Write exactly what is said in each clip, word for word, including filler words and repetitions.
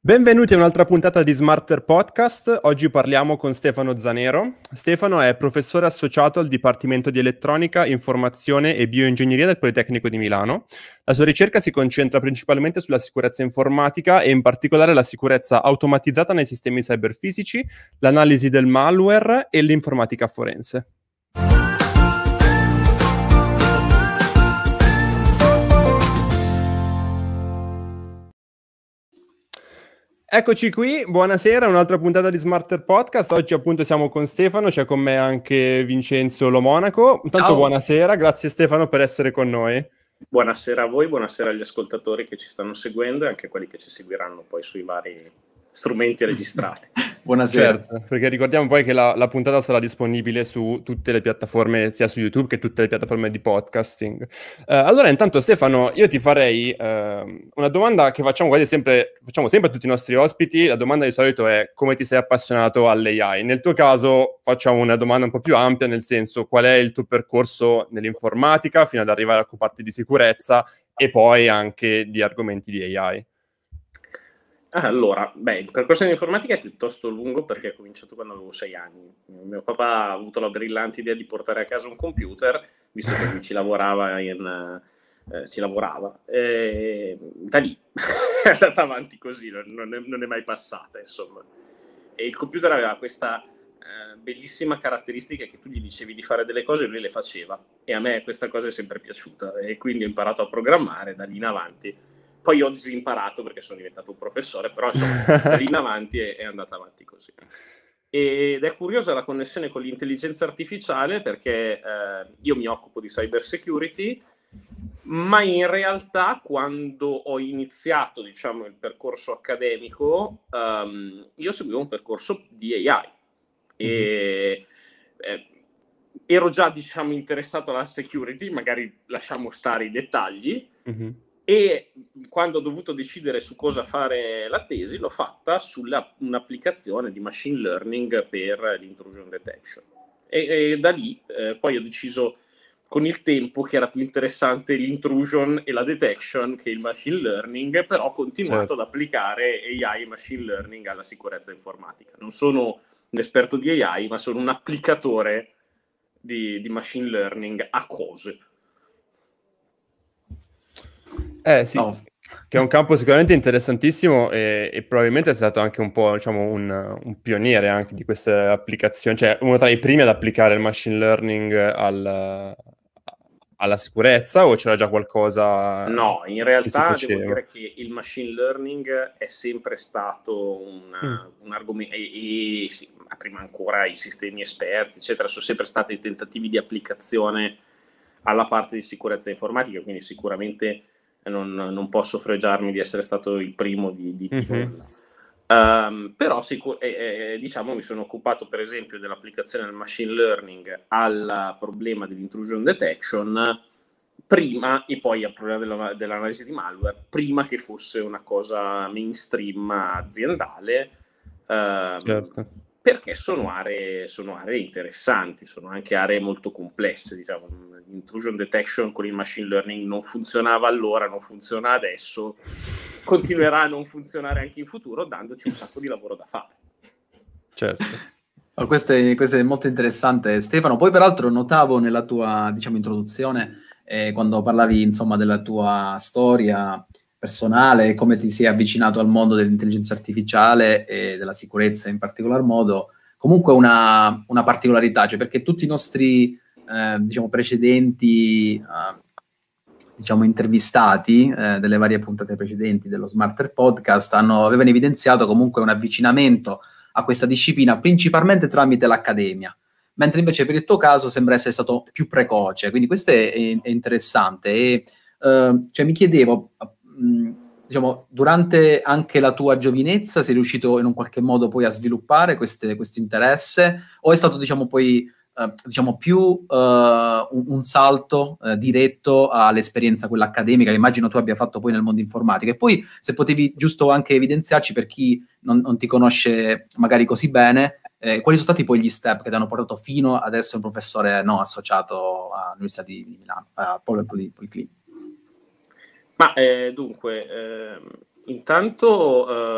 Benvenuti a un'altra puntata di Smarter Podcast. Oggi parliamo con Stefano Zanero. Stefano è professore associato al Dipartimento di Elettronica, Informazione e Bioingegneria del Politecnico di Milano. La sua ricerca si concentra principalmente sulla sicurezza informatica e in particolare la sicurezza automatizzata nei sistemi cyberfisici, l'analisi del malware e l'informatica forense. Eccoci qui, buonasera, un'altra puntata di Smarter Podcast. Oggi appunto siamo con Stefano, c'è con me anche Vincenzo Lo Monaco. Intanto Ciao. Buonasera, grazie Stefano per essere con noi. Buonasera a voi, buonasera agli ascoltatori che ci stanno seguendo e anche quelli che ci seguiranno poi sui vari strumenti registrati. Buonasera. Certo, perché ricordiamo poi che la, la puntata sarà disponibile su tutte le piattaforme, sia su YouTube che tutte le piattaforme di podcasting. Uh, allora, intanto Stefano, io ti farei uh, una domanda che facciamo quasi sempre, facciamo sempre a tutti i nostri ospiti. La domanda di solito è: come ti sei appassionato all'A I? Nel tuo caso facciamo una domanda un po' più ampia, nel senso: qual è il tuo percorso nell'informatica fino ad arrivare a occuparti di sicurezza e poi anche di argomenti di A I? Allora, beh, il percorso in informatica è piuttosto lungo perché ho cominciato quando avevo sei anni. Mio papà ha avuto la brillante idea di portare a casa un computer, visto che lui ci lavorava in, eh, ci lavorava. E da lì è andata avanti così, non è, non è mai passata, insomma. E il computer aveva questa eh, bellissima caratteristica che tu gli dicevi di fare delle cose e lui le faceva. E a me questa cosa è sempre piaciuta e quindi ho imparato a programmare da lì in avanti. Poi ho disimparato perché sono diventato un professore, però insomma, da lì in avanti è, è andata avanti così. Ed è curiosa la connessione con l'intelligenza artificiale perché eh, io mi occupo di cyber security, ma in realtà quando ho iniziato, diciamo, il percorso accademico, um, io seguivo un percorso di A I. E eh, ero già, diciamo, interessato alla security, magari lasciamo stare i dettagli, mm-hmm. E quando ho dovuto decidere su cosa fare la tesi, l'ho fatta sulla un'applicazione di machine learning per l'intrusion detection. E, e da lì eh, poi ho deciso con il tempo che era più interessante l'intrusion e la detection che il machine learning, però ho continuato certo. ad applicare A I e machine learning alla sicurezza informatica. Non sono un esperto di A I, ma sono un applicatore di, di machine learning a cose. Eh sì, no. Che è un campo sicuramente interessantissimo e, e probabilmente è stato anche un po', diciamo, un, un pioniere anche di queste applicazioni, cioè uno tra i primi ad applicare il machine learning al, alla sicurezza, o c'era già qualcosa? No, in realtà devo dire che il machine learning è sempre stato un, mm. un argomento, e, e sì, prima ancora i sistemi esperti, eccetera, sono sempre stati tentativi di applicazione alla parte di sicurezza informatica, quindi sicuramente Non, non posso fregiarmi di essere stato il primo di, di chi mm-hmm. um, però sicur- eh, eh, diciamo mi sono occupato per esempio dell'applicazione del machine learning al problema dell'intrusion detection prima e poi al problema della, dell'analisi di malware prima che fosse una cosa mainstream aziendale um, certo. Perché sono aree, sono aree interessanti, sono anche aree molto complesse, diciamo. L'intrusion detection con il machine learning non funzionava allora, non funziona adesso, continuerà a non funzionare anche in futuro, dandoci un sacco di lavoro da fare. Certo. Oh, questo, è, questo è molto interessante, Stefano. Poi peraltro notavo nella tua, diciamo, introduzione, eh, quando parlavi, insomma, della tua storia personale, come ti sei avvicinato al mondo dell'intelligenza artificiale e della sicurezza in particolar modo, comunque una, una particolarità, cioè perché tutti i nostri eh, diciamo precedenti eh, diciamo intervistati eh, delle varie puntate precedenti dello Smarter Podcast hanno, avevano evidenziato comunque un avvicinamento a questa disciplina principalmente tramite l'accademia, mentre invece per il tuo caso sembra essere stato più precoce, quindi questo è, è, è interessante e eh, cioè mi chiedevo, diciamo, durante anche la tua giovinezza sei riuscito in un qualche modo poi a sviluppare questo interesse o è stato, diciamo, poi eh, diciamo più uh, un, un salto uh, diretto all'esperienza quella accademica che immagino tu abbia fatto poi nel mondo informatico? E poi se potevi giusto anche evidenziarci, per chi non, non ti conosce magari così bene, eh, quali sono stati poi gli step che ti hanno portato fino ad essere un professore no, associato all'Università di Milano, a Poli Policlinico? Ma eh, dunque, eh, intanto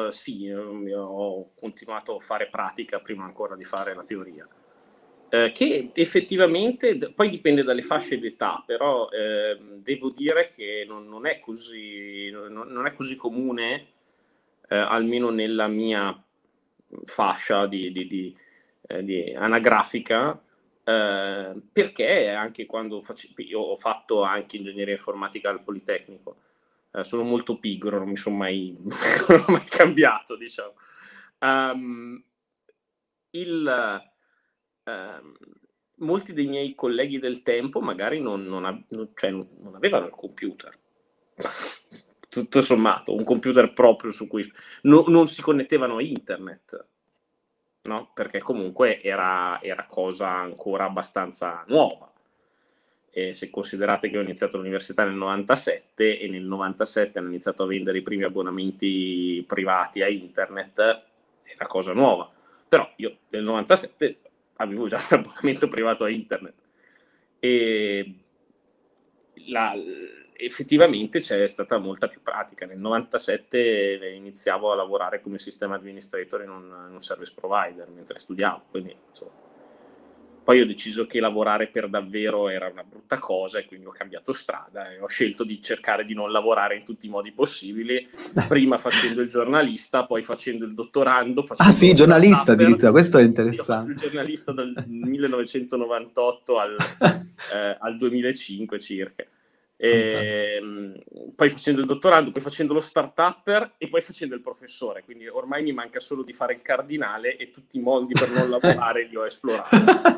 uh, sì, ho continuato a fare pratica prima ancora di fare la teoria. Eh, che effettivamente, poi dipende dalle fasce d'età, però eh, devo dire che non, non, è così, non, non è così comune, eh, almeno nella mia fascia di, di, di, eh, di anagrafica, eh, perché anche quando facevo, io ho fatto anche ingegneria informatica al Politecnico, eh, sono molto pigro, non mi sono mai, non ho mai cambiato, diciamo. Um, il... Um, molti dei miei colleghi del tempo magari non, non, av- non, cioè, non avevano il computer, tutto sommato, un computer proprio su cui no, non si connettevano a internet, no? Perché comunque era, era cosa ancora abbastanza nuova. E se considerate che ho iniziato l'università nel novantasette e nel novantasette hanno iniziato a vendere i primi abbonamenti privati a internet, era cosa nuova. Però io nel novantasette avevo già un abbonamento privato a internet e la, effettivamente c'è stata molta più pratica. Nel novantasette iniziavo a lavorare come sistema administrator in un, in un service provider mentre studiavo, quindi insomma. Poi ho deciso che lavorare per davvero era una brutta cosa e quindi ho cambiato strada e ho scelto di cercare di non lavorare in tutti i modi possibili, prima facendo il giornalista, poi facendo il dottorando. Ah sì, giornalista addirittura, questo è interessante. Sì, ho fatto il giornalista dal millenovecentonovantotto al, eh, al duemilacinque circa. E, poi facendo il dottorando, poi facendo lo start-upper e poi facendo il professore, quindi ormai mi manca solo di fare il cardinale e tutti i mondi per non lavorare li ho esplorati.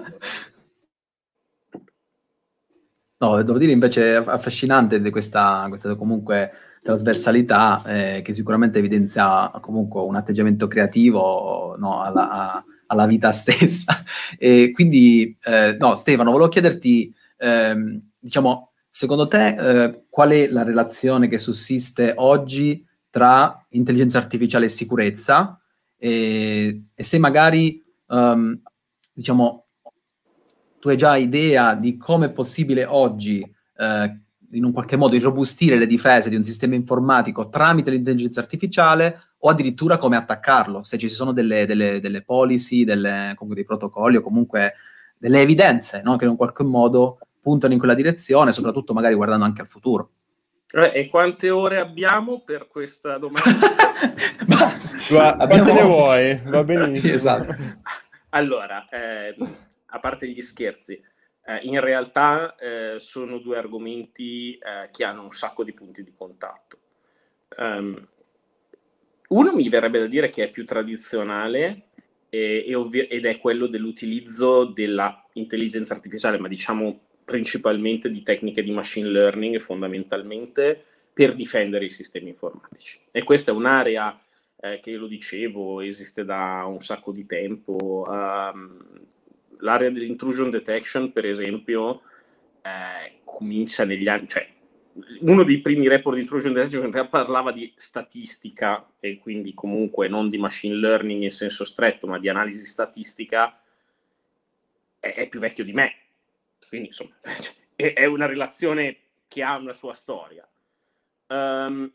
No, devo dire invece affascinante di questa, questa comunque trasversalità eh, che sicuramente evidenzia comunque un atteggiamento creativo, no, alla, a, alla vita stessa. E quindi, eh, no, Stefano, volevo chiederti, ehm, diciamo, secondo te eh, qual è la relazione che sussiste oggi tra intelligenza artificiale e sicurezza? E, e se magari, um, diciamo, tu hai già idea di come è possibile oggi, eh, in un qualche modo, irrobustire le difese di un sistema informatico tramite l'intelligenza artificiale o addirittura come attaccarlo, se ci sono delle, delle, delle policy, delle, comunque dei protocolli o comunque delle evidenze, no? Che in un qualche modo puntano in quella direzione, soprattutto magari guardando anche al futuro. Eh, e quante ore abbiamo per questa domanda? Ma, abbiamo... Quante ne vuoi? Va benissimo. Sì, esatto. Allora, eh, a parte gli scherzi, eh, in realtà eh, sono due argomenti eh, che hanno un sacco di punti di contatto. Um, uno mi verrebbe da dire che è più tradizionale e, e ovvi- ed è quello dell'utilizzo della intelligenza artificiale, ma diciamo principalmente di tecniche di machine learning fondamentalmente per difendere i sistemi informatici. E questa è un'area eh, che, lo dicevo, esiste da un sacco di tempo. Um, l'area dell'intrusion detection, per esempio, eh, comincia negli anni... Cioè, uno dei primi report di intrusion detection che parlava di statistica e quindi comunque non di machine learning in senso stretto, ma di analisi statistica, è, è più vecchio di me. Quindi insomma è una relazione che ha una sua storia. Um,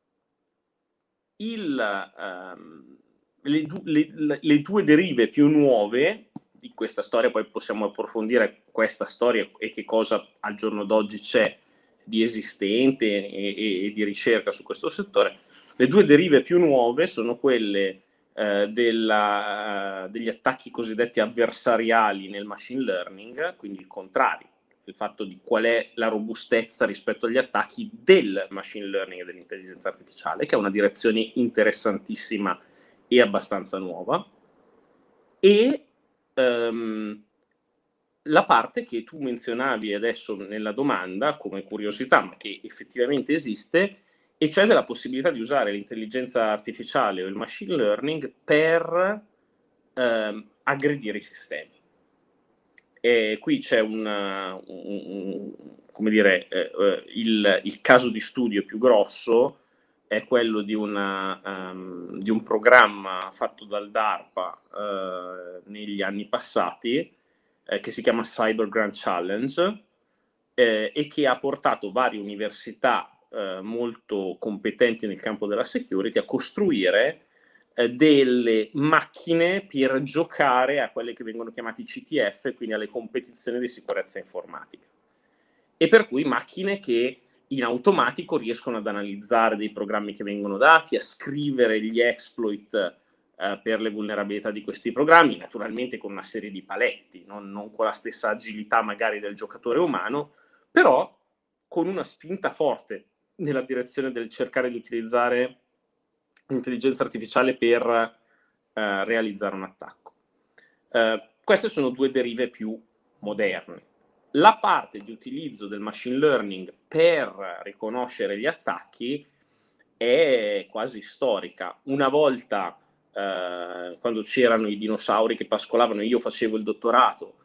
il, um, le, du- le, le due derive più nuove di questa storia, poi possiamo approfondire questa storia e che cosa al giorno d'oggi c'è di esistente e, e, e di ricerca su questo settore. Le due derive più nuove sono quelle eh, della, degli attacchi cosiddetti avversariali nel machine learning, quindi il contrario, il fatto di qual è la robustezza rispetto agli attacchi del machine learning e dell'intelligenza artificiale, che è una direzione interessantissima e abbastanza nuova, e um, la parte che tu menzionavi adesso nella domanda come curiosità, ma che effettivamente esiste, e cioè della possibilità di usare l'intelligenza artificiale o il machine learning per ehm, aggredire i sistemi. E qui c'è una, un, un, come dire, eh, il, il caso di studio più grosso è quello di, una, um, di un programma fatto dal DARPA uh, negli anni passati, eh, che si chiama Cyber Grand Challenge, eh, e che ha portato varie università eh, molto competenti nel campo della security a costruire eh, delle macchine per giocare a quelle che vengono chiamati C T F, quindi alle competizioni di sicurezza informatica. E per cui macchine che in automatico riescono ad analizzare dei programmi che vengono dati, a scrivere gli exploit eh, per le vulnerabilità di questi programmi, naturalmente con una serie di paletti, non, non con la stessa agilità magari del giocatore umano, però con una spinta forte nella direzione del cercare di utilizzare l'intelligenza artificiale per eh, realizzare un attacco. Eh, queste sono due derive più moderne. La parte di utilizzo del machine learning per riconoscere gli attacchi è quasi storica. Una volta, eh, quando c'erano i dinosauri che pascolavano, io facevo il dottorato,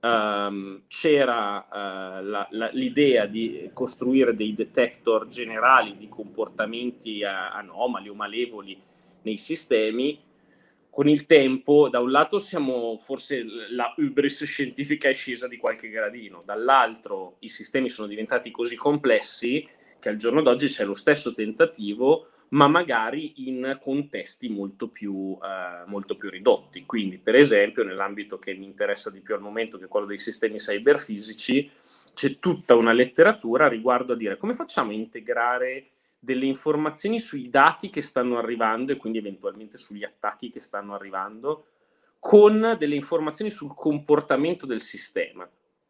ehm, c'era eh, la, la, l'idea di costruire dei detector generali di comportamenti eh, anomali o malevoli nei sistemi. Con il tempo, da un lato siamo, forse la hubris scientifica è scesa di qualche gradino, dall'altro i sistemi sono diventati così complessi che al giorno d'oggi c'è lo stesso tentativo, ma magari in contesti molto più, eh, molto più ridotti. Quindi, per esempio, nell'ambito che mi interessa di più al momento, che è quello dei sistemi cyberfisici, c'è tutta una letteratura riguardo a dire come facciamo a integrare delle informazioni sui dati che stanno arrivando e quindi eventualmente sugli attacchi che stanno arrivando, con delle informazioni sul comportamento del sistema,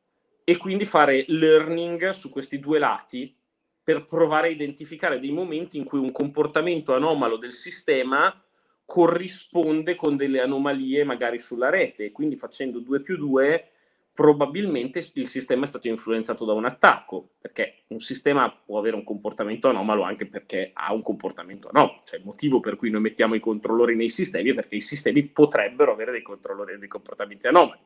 e quindi fare learning su questi due lati per provare a identificare dei momenti in cui un comportamento anomalo del sistema corrisponde con delle anomalie magari sulla rete, e quindi facendo due più due probabilmente il sistema è stato influenzato da un attacco, perché un sistema può avere un comportamento anomalo anche perché ha un comportamento anomalo. Cioè il motivo per cui noi mettiamo i controllori nei sistemi è perché i sistemi potrebbero avere dei controllori, dei comportamenti anomali.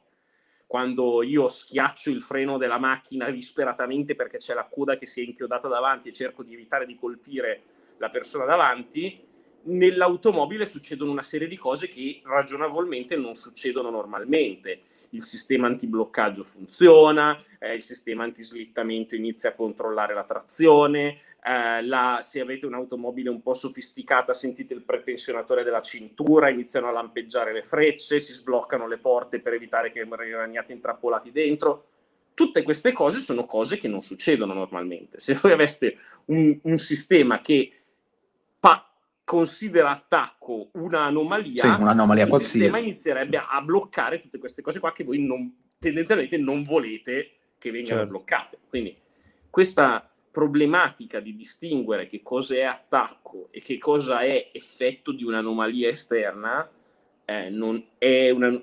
Quando io schiaccio il freno della macchina disperatamente perché c'è la coda che si è inchiodata davanti e cerco di evitare di colpire la persona davanti, nell'automobile succedono una serie di cose che ragionevolmente non succedono normalmente. Il sistema antibloccaggio funziona, eh, il sistema antislittamento inizia a controllare la trazione, eh, la, se avete un'automobile un po' sofisticata sentite il pretensionatore della cintura, iniziano a lampeggiare le frecce, si sbloccano le porte per evitare che rimaniate intrappolati dentro. Tutte queste cose sono cose che non succedono normalmente. Se voi aveste un, un sistema che pa- considera attacco un'anomalia, sì, un'anomalia il qualsiasi, sistema inizierebbe a bloccare tutte queste cose qua che voi non, tendenzialmente non volete che vengano certo. bloccate. Quindi questa problematica di distinguere che cosa è attacco e che cosa è effetto di un'anomalia esterna eh, non è, una,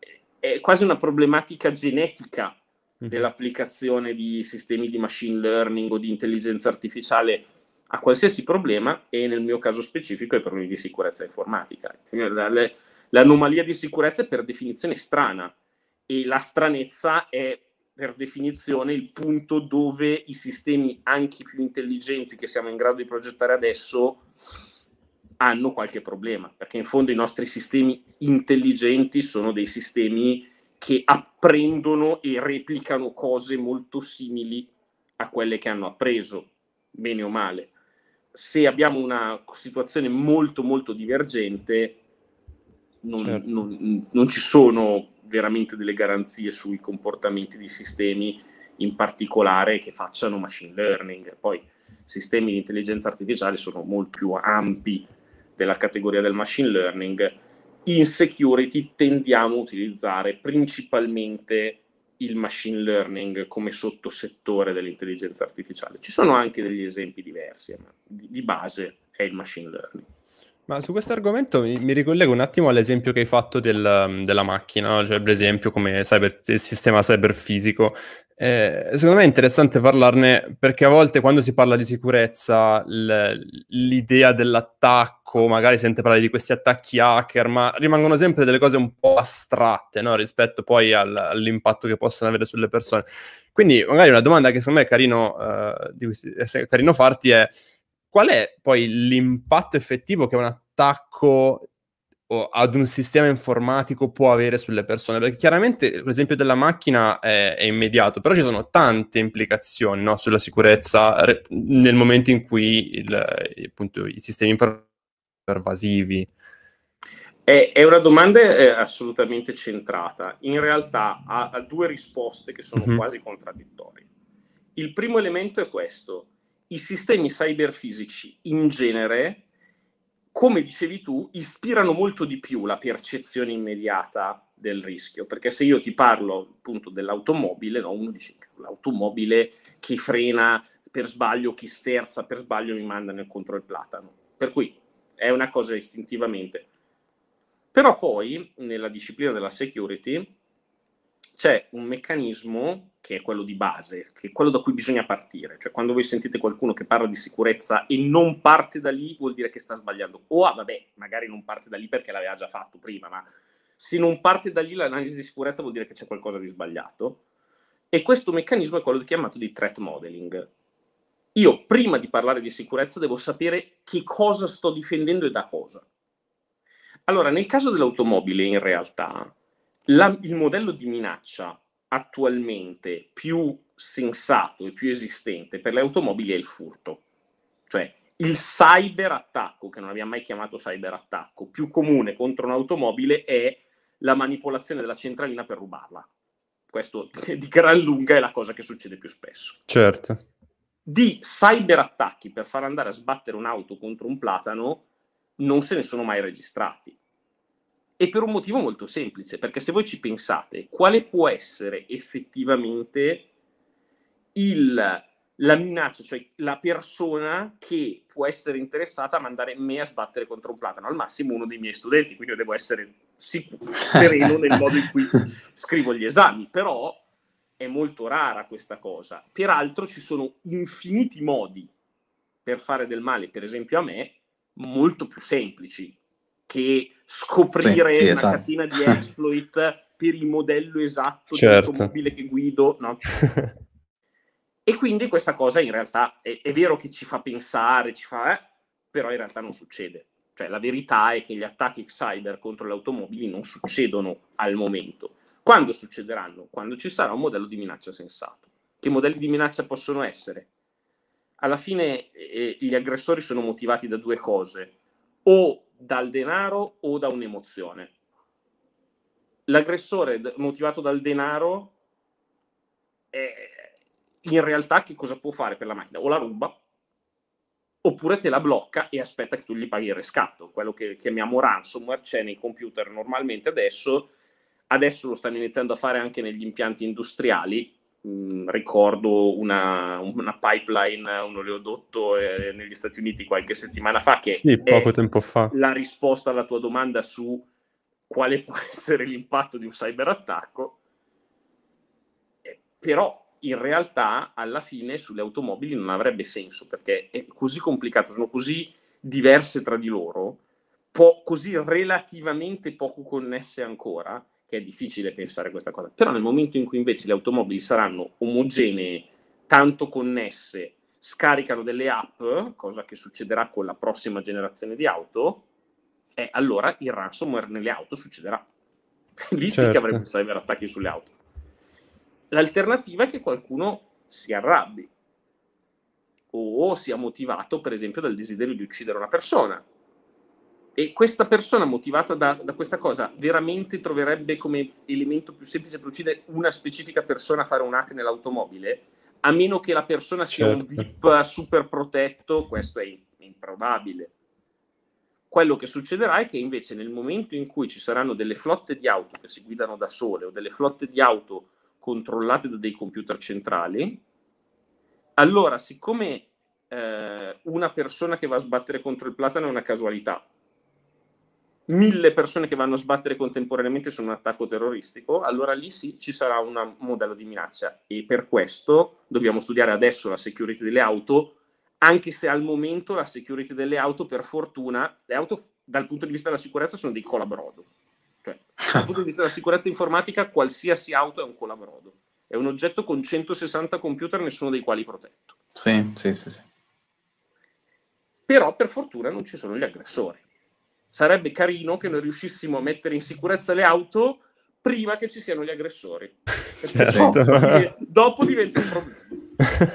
è quasi una problematica genetica dell'applicazione di sistemi di machine learning o di intelligenza artificiale a qualsiasi problema, e nel mio caso specifico ai problemi di sicurezza informatica. L'anomalia di sicurezza è per definizione strana, e la stranezza è per definizione il punto dove i sistemi anche più intelligenti che siamo in grado di progettare adesso hanno qualche problema, perché in fondo i nostri sistemi intelligenti sono dei sistemi che apprendono e replicano cose molto simili a quelle che hanno appreso, bene o male. Se abbiamo una situazione molto molto divergente, non, certo. non, non ci sono veramente delle garanzie sui comportamenti di sistemi in particolare che facciano machine learning. Poi sistemi di intelligenza artificiale sono molto più ampi della categoria del machine learning. In security tendiamo a utilizzare principalmente il machine learning come sottosettore dell'intelligenza artificiale. Ci sono anche degli esempi diversi, ma di, di base è il machine learning. Ma su questo argomento mi, mi ricollego un attimo all'esempio che hai fatto del, della macchina, no? Cioè per esempio come cyber, il sistema cyberfisico. Eh, secondo me è interessante parlarne perché a volte quando si parla di sicurezza l- l'idea dell'attacco, magari si sente parlare di questi attacchi hacker, ma rimangono sempre delle cose un po' astratte, no? Rispetto poi al, all'impatto che possono avere sulle persone. Quindi magari una domanda che secondo me è carino, uh, di cui è carino farti è: qual è poi l'impatto effettivo che un attacco o ad un sistema informatico può avere sulle persone? Perché chiaramente l'esempio della macchina è, è immediato, però ci sono tante implicazioni, no, sulla sicurezza re- nel momento in cui il, appunto, i sistemi informatici sono pervasivi. È, è una domanda eh, assolutamente centrata. In realtà ha, ha due risposte che sono mm-hmm. quasi contraddittorie. Il primo elemento è questo. I sistemi cyberfisici in genere, come dicevi tu, ispirano molto di più la percezione immediata del rischio, perché se io ti parlo appunto dell'automobile, no, uno dice l'automobile che frena per sbaglio, chi sterza per sbaglio mi manda nel contro il platano, per cui è una cosa istintivamente. Però poi nella disciplina della security c'è un meccanismo che è quello di base, che è quello da cui bisogna partire. Cioè quando voi sentite qualcuno che parla di sicurezza e non parte da lì, vuol dire che sta sbagliando. O ah, vabbè, magari non parte da lì perché l'aveva già fatto prima, ma se non parte da lì l'analisi di sicurezza vuol dire che c'è qualcosa di sbagliato. E questo meccanismo è quello chiamato di threat modeling. Io prima di parlare di sicurezza devo sapere che cosa sto difendendo e da cosa. Allora, nel caso dell'automobile, in realtà, la, il modello di minaccia attualmente più sensato e più esistente per le automobili è il furto. Cioè, il cyberattacco, che non abbiamo mai chiamato cyberattacco, più comune contro un'automobile è la manipolazione della centralina per rubarla. Questo di gran lunga è la cosa che succede più spesso. Certo. Di cyberattacchi per far andare a sbattere un'auto contro un platano non se ne sono mai registrati. E per un motivo molto semplice, perché se voi ci pensate, quale può essere effettivamente il, la minaccia, cioè la persona che può essere interessata a mandare me a sbattere contro un platano? Al massimo uno dei miei studenti, quindi io devo essere sicuro, sereno nel modo in cui scrivo gli esami, però è molto rara questa cosa. Peraltro ci sono infiniti modi per fare del male, per esempio a me, molto più semplici che scoprire sì, sì, una esatto. catena di exploit per il modello esatto certo. di automobile che guido, no? E quindi questa cosa in realtà è, è vero che ci fa pensare, ci fa, eh, però in realtà non succede. Cioè la verità è che gli attacchi cyber contro le automobili non succedono al momento. Quando succederanno? Quando ci sarà un modello di minaccia sensato. Che modelli di minaccia possono essere? Alla fine eh, gli aggressori sono motivati da due cose, o dal denaro o da un'emozione. L'aggressore d- motivato dal denaro è, in realtà che cosa può fare per la macchina? O la ruba, oppure te la blocca e aspetta che tu gli paghi il riscatto. Quello che chiamiamo ransomware c'è nei computer normalmente adesso, adesso lo stanno iniziando a fare anche negli impianti industriali. Mm, ricordo una, una pipeline, un oleodotto eh, negli Stati Uniti qualche settimana fa che sì, poco tempo fa. La risposta alla tua domanda su quale può essere l'impatto di un cyberattacco, eh, però in realtà alla fine sulle automobili non avrebbe senso, perché è così complicato, sono così diverse tra di loro, po- così relativamente poco connesse ancora, che è difficile pensare questa cosa. Però nel momento in cui invece le automobili saranno omogenee, tanto connesse, scaricano delle app, cosa che succederà con la prossima generazione di auto, e allora il ransomware nelle auto succederà. Lì certo. sì che avremo cyberattacchi sulle auto. L'alternativa è che qualcuno si arrabbi o sia motivato, per esempio, dal desiderio di uccidere una persona. E questa persona motivata da, da questa cosa veramente troverebbe come elemento più semplice per uccidere una specifica persona a fare un hack nell'automobile? A meno che la persona sia certo. un V I P super protetto, questo è improbabile. Quello che succederà è che invece nel momento in cui ci saranno delle flotte di auto che si guidano da sole o delle flotte di auto controllate da dei computer centrali, allora siccome eh, una persona che va a sbattere contro il platano è una casualità, mille persone che vanno a sbattere contemporaneamente sono un attacco terroristico, allora lì sì ci sarà un modello di minaccia, e per questo dobbiamo studiare adesso la security delle auto, anche se al momento la security delle auto, per fortuna, le auto dal punto di vista della sicurezza sono dei colabrodo. Cioè, dal punto di vista della sicurezza informatica, qualsiasi auto è un colabrodo. È un oggetto con centosessanta computer, nessuno dei quali protetto. Sì, sì, sì, sì. Però per fortuna non ci sono gli aggressori. Sarebbe carino che noi riuscissimo a mettere in sicurezza le auto prima che ci siano gli aggressori. Certo. Dopo, dopo diventa un problema.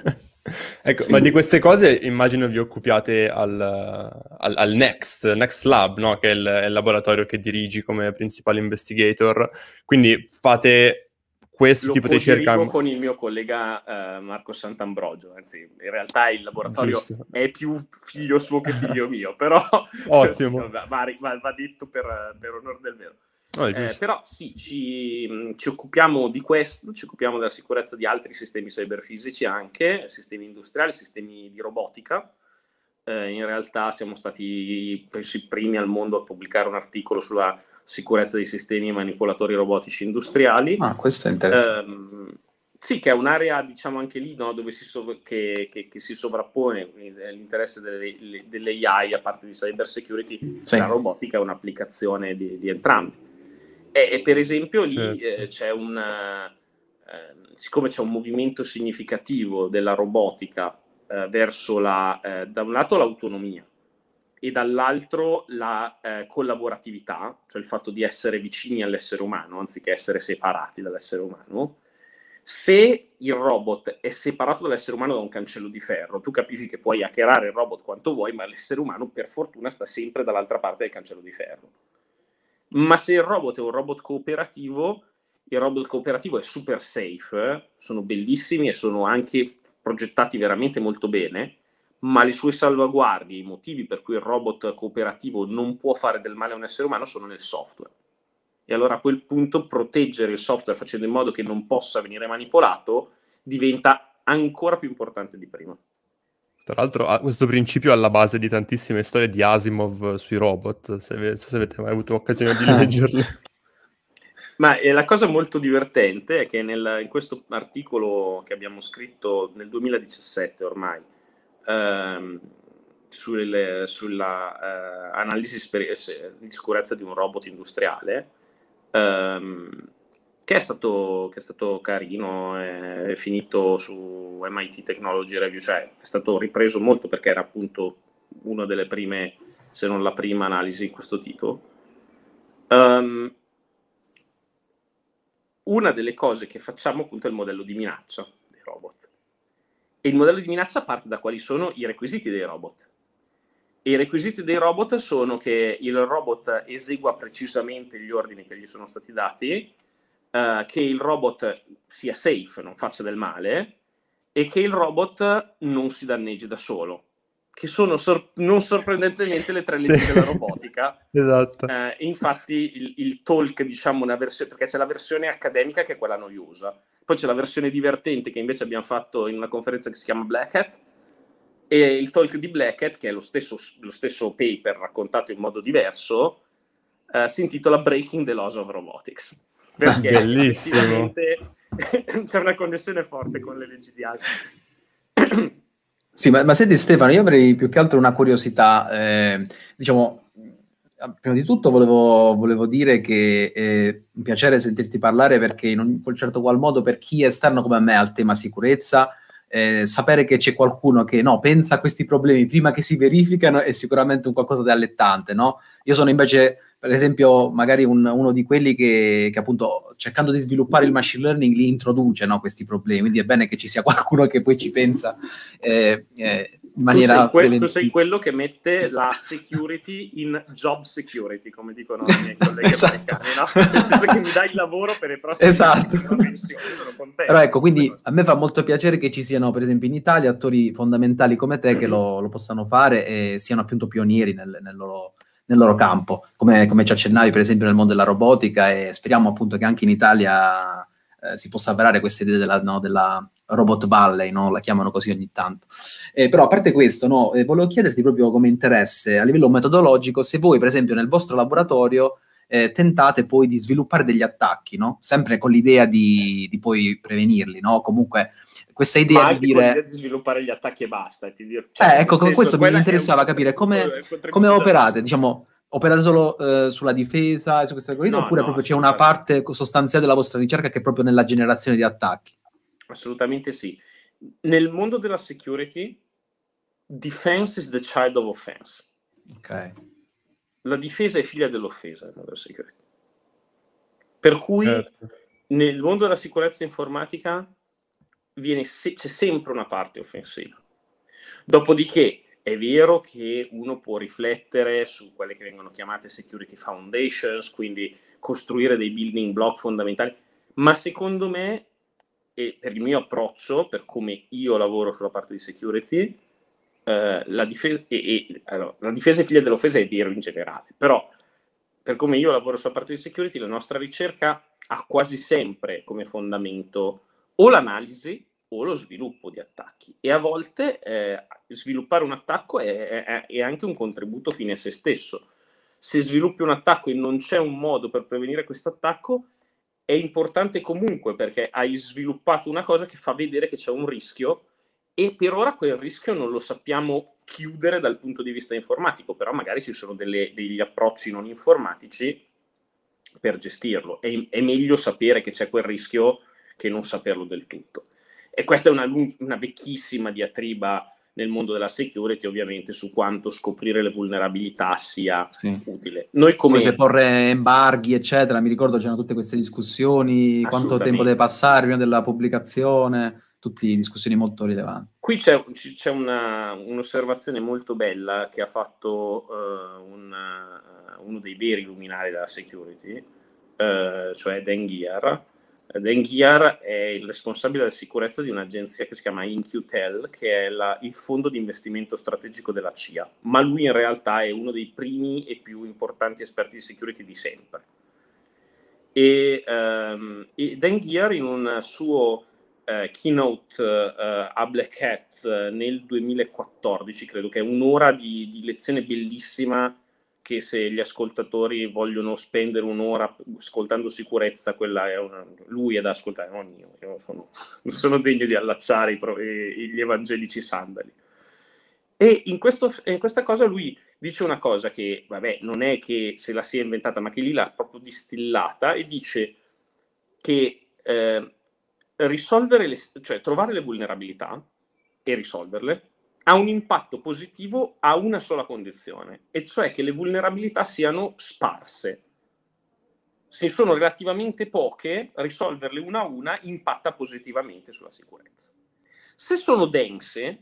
Ecco, Sì. ma di queste cose immagino vi occupiate al, al, al Next, Next Lab, no? Che è il, è il laboratorio che dirigi come principal investigator. Quindi fate questo Lo tipo di ricerca. co-dirigo con il mio collega eh, Marco Sant'Ambrogio, anzi in realtà il laboratorio Giusto. è più figlio suo che figlio mio, però Ottimo. sì, vabbè, va, va, va detto per, per onor del vero. No, è Eh, giusto. però sì, ci, ci occupiamo di questo, ci occupiamo della sicurezza di altri sistemi cyberfisici anche, sistemi industriali, sistemi di robotica. Eh, in realtà siamo stati, penso, i primi al mondo a pubblicare un articolo sulla sicurezza dei sistemi manipolatori robotici industriali. Ah, questo è interessante. Um, sì, che è un'area, diciamo, anche lì, no, dove si sov- che, che, che si sovrappone l'interesse delle, dell'A I a parte di cyber security, Sì. la robotica è un'applicazione di, di entrambi. E, e per esempio lì Certo. eh, c'è un, eh, siccome c'è un movimento significativo della robotica eh, verso la, eh, da un lato l'autonomia e dall'altro la eh, collaboratività, cioè il fatto di essere vicini all'essere umano anziché essere separati dall'essere umano. Se il robot è separato dall'essere umano da un cancello di ferro, tu capisci che puoi hackerare il robot quanto vuoi, ma l'essere umano per fortuna sta sempre dall'altra parte del cancello di ferro. Ma se il robot è un robot cooperativo, il robot cooperativo è super safe, sono bellissimi e sono anche progettati veramente molto bene, ma le sue salvaguardie, i motivi per cui il robot cooperativo non può fare del male a un essere umano sono nel software. E allora a quel punto proteggere il software facendo in modo che non possa venire manipolato diventa ancora più importante di prima. Tra l'altro ha questo principio alla base di tantissime storie di Asimov sui robot, se, ave- se avete mai avuto occasione di leggerle. Ma eh, la cosa molto divertente è che nel, in questo articolo che abbiamo scritto nel duemiladiciassette ormai, ehm, sulle, sulla eh, analisi sper- di sicurezza di un robot industriale, ehm, che, è stato, che è stato carino, è, è finito su M I T Technology Review, cioè è stato ripreso molto perché era appunto una delle prime, se non la prima analisi di questo tipo. Um, una delle cose che facciamo appunto è il modello di minaccia dei robot. E il modello di minaccia parte da quali sono i requisiti dei robot. E i requisiti dei robot sono che il robot esegua precisamente gli ordini che gli sono stati dati, eh, che il robot sia safe, non faccia del male, e che il robot non si danneggi da solo, che sono sor- non sorprendentemente le tre leggi Sì. della robotica. Esatto. Eh, infatti il, il talk, diciamo, una versione, perché c'è la versione accademica che è quella noiosa, poi c'è la versione divertente che invece abbiamo fatto in una conferenza che si chiama Black Hat, e il talk di Black Hat, che è lo stesso, lo stesso paper raccontato in modo diverso, eh, si intitola Breaking the Laws of Robotics, perché Bellissimo. effettivamente c'è una connessione forte con le leggi di Asimov. Sì, ma, ma senti Stefano, io avrei più che altro una curiosità, eh, diciamo, prima di tutto volevo, volevo dire che è un piacere sentirti parlare perché in un certo qual modo per chi è esterno come me al tema sicurezza, eh, sapere che c'è qualcuno che no, pensa a questi problemi prima che si verificano è sicuramente un qualcosa di allettante, no? Io sono invece, per esempio, magari un, uno di quelli che, che appunto cercando di sviluppare il machine learning li introduce, no, questi problemi, quindi è bene che ci sia qualcuno che poi ci pensa eh, eh, in maniera tu sei, que- preventiva. tu sei quello che mette la security in job security, come dicono i miei colleghi Esatto. americani, no? Nel senso che mi dai il lavoro per i prossimi Esatto. anni, la pensione, sono contento. Però ecco, quindi a me fa molto piacere che ci siano, per esempio, in Italia attori fondamentali come te che lo, lo possano fare e siano appunto pionieri nel, nel, loro, nel loro campo, come, come ci accennavi per esempio nel mondo della robotica, e speriamo appunto che anche in Italia eh, si possa avverare questa idea della, no, della Robot Valley, no? La chiamano così ogni tanto. Eh, però a parte questo, no, eh, volevo chiederti proprio come interesse a livello metodologico se voi per esempio nel vostro laboratorio Eh, tentate poi di sviluppare degli attacchi, no? Sempre con l'idea di, di poi prevenirli, no? Comunque questa idea Ma di anche dire... con l'idea di sviluppare gli attacchi e basta. E ti dir, cioè, eh, ecco, con senso, questo mi interessava un, capire come, un come operate, da... diciamo, operate solo eh, sulla difesa, su queste cose, no, oppure no, proprio c'è una parte sostanziale della vostra ricerca che è proprio nella generazione di attacchi? Assolutamente sì. Nel mondo della security, defense is the child of offense. Ok. La difesa è figlia dell'offesa nel mondo della security. Per cui Certo. nel mondo della sicurezza informatica viene se- c'è sempre una parte offensiva. Dopodiché è vero che uno può riflettere su quelle che vengono chiamate security foundations, quindi costruire dei building block fondamentali, ma secondo me, e per il mio approccio, per come io lavoro sulla parte di security, eh, la, difesa, e, e, allora, la difesa è figlia dell'offesa, è vero in generale, però per come io lavoro sulla parte di security, la nostra ricerca ha quasi sempre come fondamento o l'analisi o lo sviluppo di attacchi, e a volte eh, sviluppare un attacco è, è, è anche un contributo fine a se stesso. Se sviluppi un attacco e non c'è un modo per prevenire questo attacco, è importante comunque, perché hai sviluppato una cosa che fa vedere che c'è un rischio, e per ora quel rischio non lo sappiamo chiudere dal punto di vista informatico, però magari ci sono delle, degli approcci non informatici per gestirlo. È, è meglio sapere che c'è quel rischio che non saperlo del tutto. E questa è una, una vecchissima diatriba nel mondo della security, ovviamente, su quanto scoprire le vulnerabilità sia sì. utile. Noi come... Poi se porre embarghi, eccetera, mi ricordo c'erano tutte queste discussioni, quanto tempo deve passare prima della pubblicazione, tutte discussioni molto rilevanti. Qui c'è, c'è una, un'osservazione molto bella che ha fatto uh, una, uno dei veri luminari della security, uh, cioè Dan Geer. Dan Geer è il responsabile della sicurezza di un'agenzia che si chiama I N Q Tel, che è la, il fondo di investimento strategico della C I A, ma lui in realtà è uno dei primi e più importanti esperti di security di sempre. E, um, e Dan Geer in un suo uh, keynote uh, a Black Hat uh, nel duemilaquattordici, credo, che è un'ora di, di lezione bellissima, che se gli ascoltatori vogliono spendere un'ora ascoltando sicurezza, quella è una, lui è da ascoltare, non io, io sono, non sono degno di allacciare i, gli evangelici sandali. E in, questo, in questa cosa lui dice una cosa che, vabbè, non è che se la sia inventata, ma che lì l'ha proprio distillata, e dice che eh, risolvere le, cioè trovare le vulnerabilità e risolverle ha un impatto positivo a una sola condizione, e cioè che le vulnerabilità siano sparse. Se sono relativamente poche, risolverle una a una impatta positivamente sulla sicurezza. Se sono dense,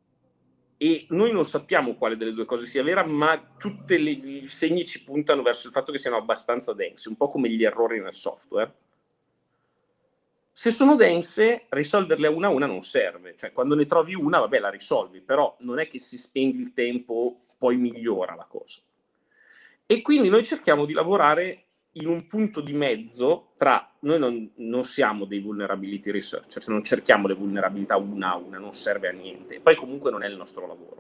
e noi non sappiamo quale delle due cose sia vera, ma tutti i segni ci puntano verso il fatto che siano abbastanza dense, un po' come gli errori nel software. Se sono dense, risolverle una a una non serve. Cioè, quando ne trovi una, vabbè, la risolvi, però non è che si spendi il tempo, poi migliora la cosa. E quindi noi cerchiamo di lavorare in un punto di mezzo tra... Noi non, non siamo dei vulnerability researcher, cioè non cerchiamo le vulnerabilità una a una, non serve a niente. Poi comunque non è il nostro lavoro.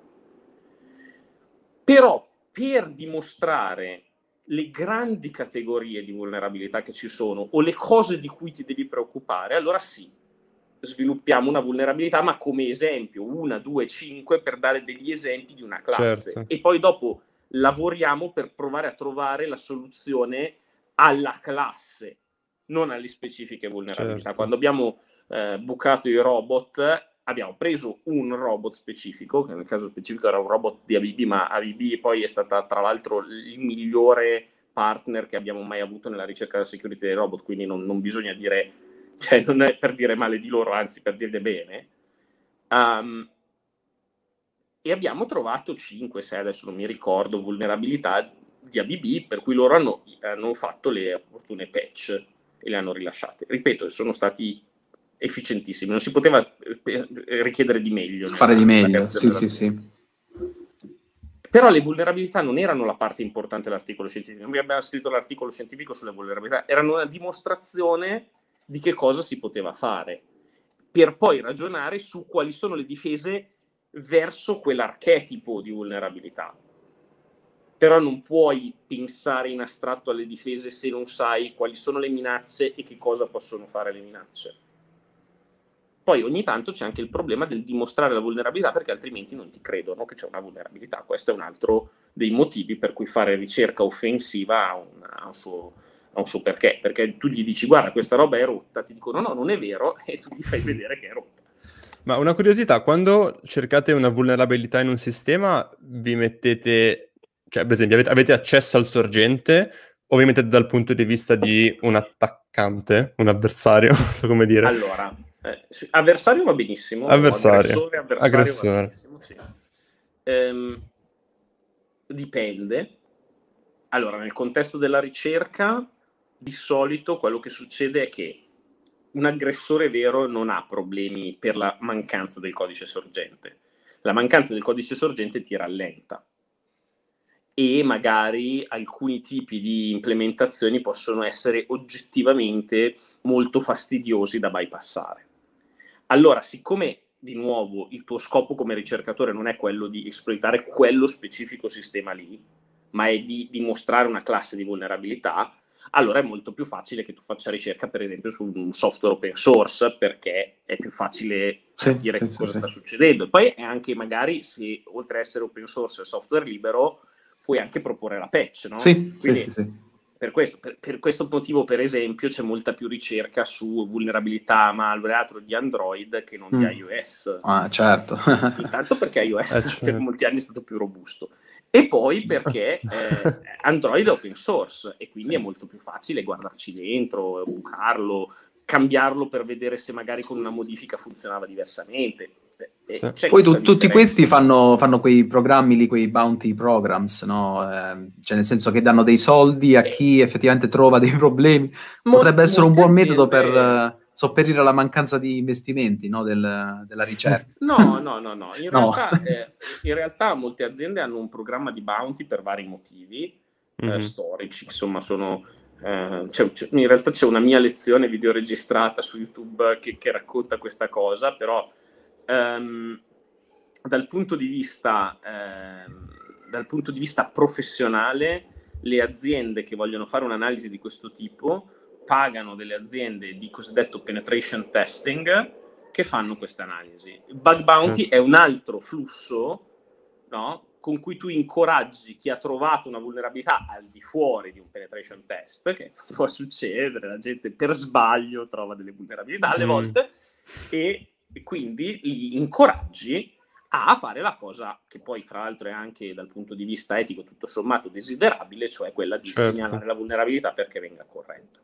Però, per dimostrare le grandi categorie di vulnerabilità che ci sono, o le cose di cui ti devi preoccupare, allora sì, sviluppiamo una vulnerabilità, ma come esempio, una, due, cinque, per dare degli esempi di una classe. Certo. E poi dopo lavoriamo per provare a trovare la soluzione alla classe, non alle specifiche vulnerabilità. Certo. Quando abbiamo eh, bucato i robot, abbiamo preso un robot specifico, che nel caso specifico era un robot di A V B, ma A V B poi è stata tra l'altro il migliore partner che abbiamo mai avuto nella ricerca della security dei robot, quindi non, non bisogna dire, cioè non è per dire male di loro, anzi per dirle bene. Um, e abbiamo trovato cinque sei, adesso non mi ricordo, vulnerabilità di A B B, per cui loro hanno, hanno fatto le opportune patch e le hanno rilasciate. Ripeto, sono stati efficientissimi, non si poteva richiedere di meglio. Fare di meglio, sì, sì, sì. Però le vulnerabilità non erano la parte importante dell'articolo scientifico. Noi abbiamo scritto l'articolo scientifico sulle vulnerabilità, erano una dimostrazione di che cosa si poteva fare, per poi ragionare su quali sono le difese verso quell'archetipo di vulnerabilità. Però non puoi pensare in astratto alle difese se non sai quali sono le minacce e che cosa possono fare le minacce. Poi ogni tanto c'è anche il problema del dimostrare la vulnerabilità, perché altrimenti non ti credono che c'è una vulnerabilità. Questo è un altro dei motivi per cui fare ricerca offensiva ha un, ha un, suo, ha un suo perché. Perché tu gli dici, guarda, questa roba è rotta, ti dicono no, non è vero, e tu gli fai vedere che è rotta. Ma una curiosità, quando cercate una vulnerabilità in un sistema, vi mettete, cioè per esempio avete, avete accesso al sorgente, o vi mettete dal punto di vista di un attaccante, un avversario, non so come dire? Allora, Eh, sì, avversario va benissimo, Avversario. aggressore, avversario Aggressore. va benissimo, sì. Ehm, dipende. Allora, nel contesto della ricerca, di solito quello che succede è che un aggressore vero non ha problemi per la mancanza del codice sorgente. La mancanza del codice sorgente ti rallenta e magari alcuni tipi di implementazioni possono essere oggettivamente molto fastidiosi da bypassare. Allora, siccome di nuovo il tuo scopo come ricercatore non è quello di esploitare quello specifico sistema lì, ma è di dimostrare una classe di vulnerabilità, allora è molto più facile che tu faccia ricerca, per esempio, su un software open source, perché è più facile Sì, capire sì, sì, cosa sì. sta succedendo. E poi è anche magari, se oltre a essere open source e software libero, puoi anche proporre la patch, no? Sì, Quindi, sì, sì, sì. Per questo, per, per questo motivo, per esempio, c'è molta più ricerca su vulnerabilità, malware e altro di Android che non Mm. di iOS. Ah, certo. Intanto perché iOS Eh, certo. per molti anni è stato più robusto, e poi perché eh, Android è open source e quindi Sì. è molto più facile guardarci dentro, bucarlo, cambiarlo per vedere se magari con una modifica funzionava diversamente. E Sì. c'è Poi tu- questa tutti differenza. questi fanno, fanno quei programmi lì, quei bounty programs, no? Eh, cioè nel senso che danno dei soldi a chi effettivamente trova dei problemi. Mol- Potrebbe essere un molte buon metodo aziende- per eh, sopperire alla mancanza di investimenti, no? Del- della ricerca. No, no, no, no. In, No. Realtà, eh, in realtà molte aziende hanno un programma di bounty per vari motivi eh, Mhm. storici, insomma, sono... eh, c'è- c'è- in realtà c'è una mia lezione videoregistrata su YouTube che, che racconta questa cosa, però ehm, dal punto di vista, ehm, dal punto di vista professionale, le aziende che vogliono fare un'analisi di questo tipo pagano delle aziende di cosiddetto penetration testing che fanno questa analisi. Il bug bounty Mm. è un altro flusso, no? Con cui tu incoraggi chi ha trovato una vulnerabilità al di fuori di un penetration test, che può succedere, la gente per sbaglio trova delle vulnerabilità alle Mm. volte, e quindi li incoraggi a fare la cosa che poi fra l'altro è anche dal punto di vista etico tutto sommato desiderabile, cioè quella di Certo. segnalare la vulnerabilità perché venga corretta.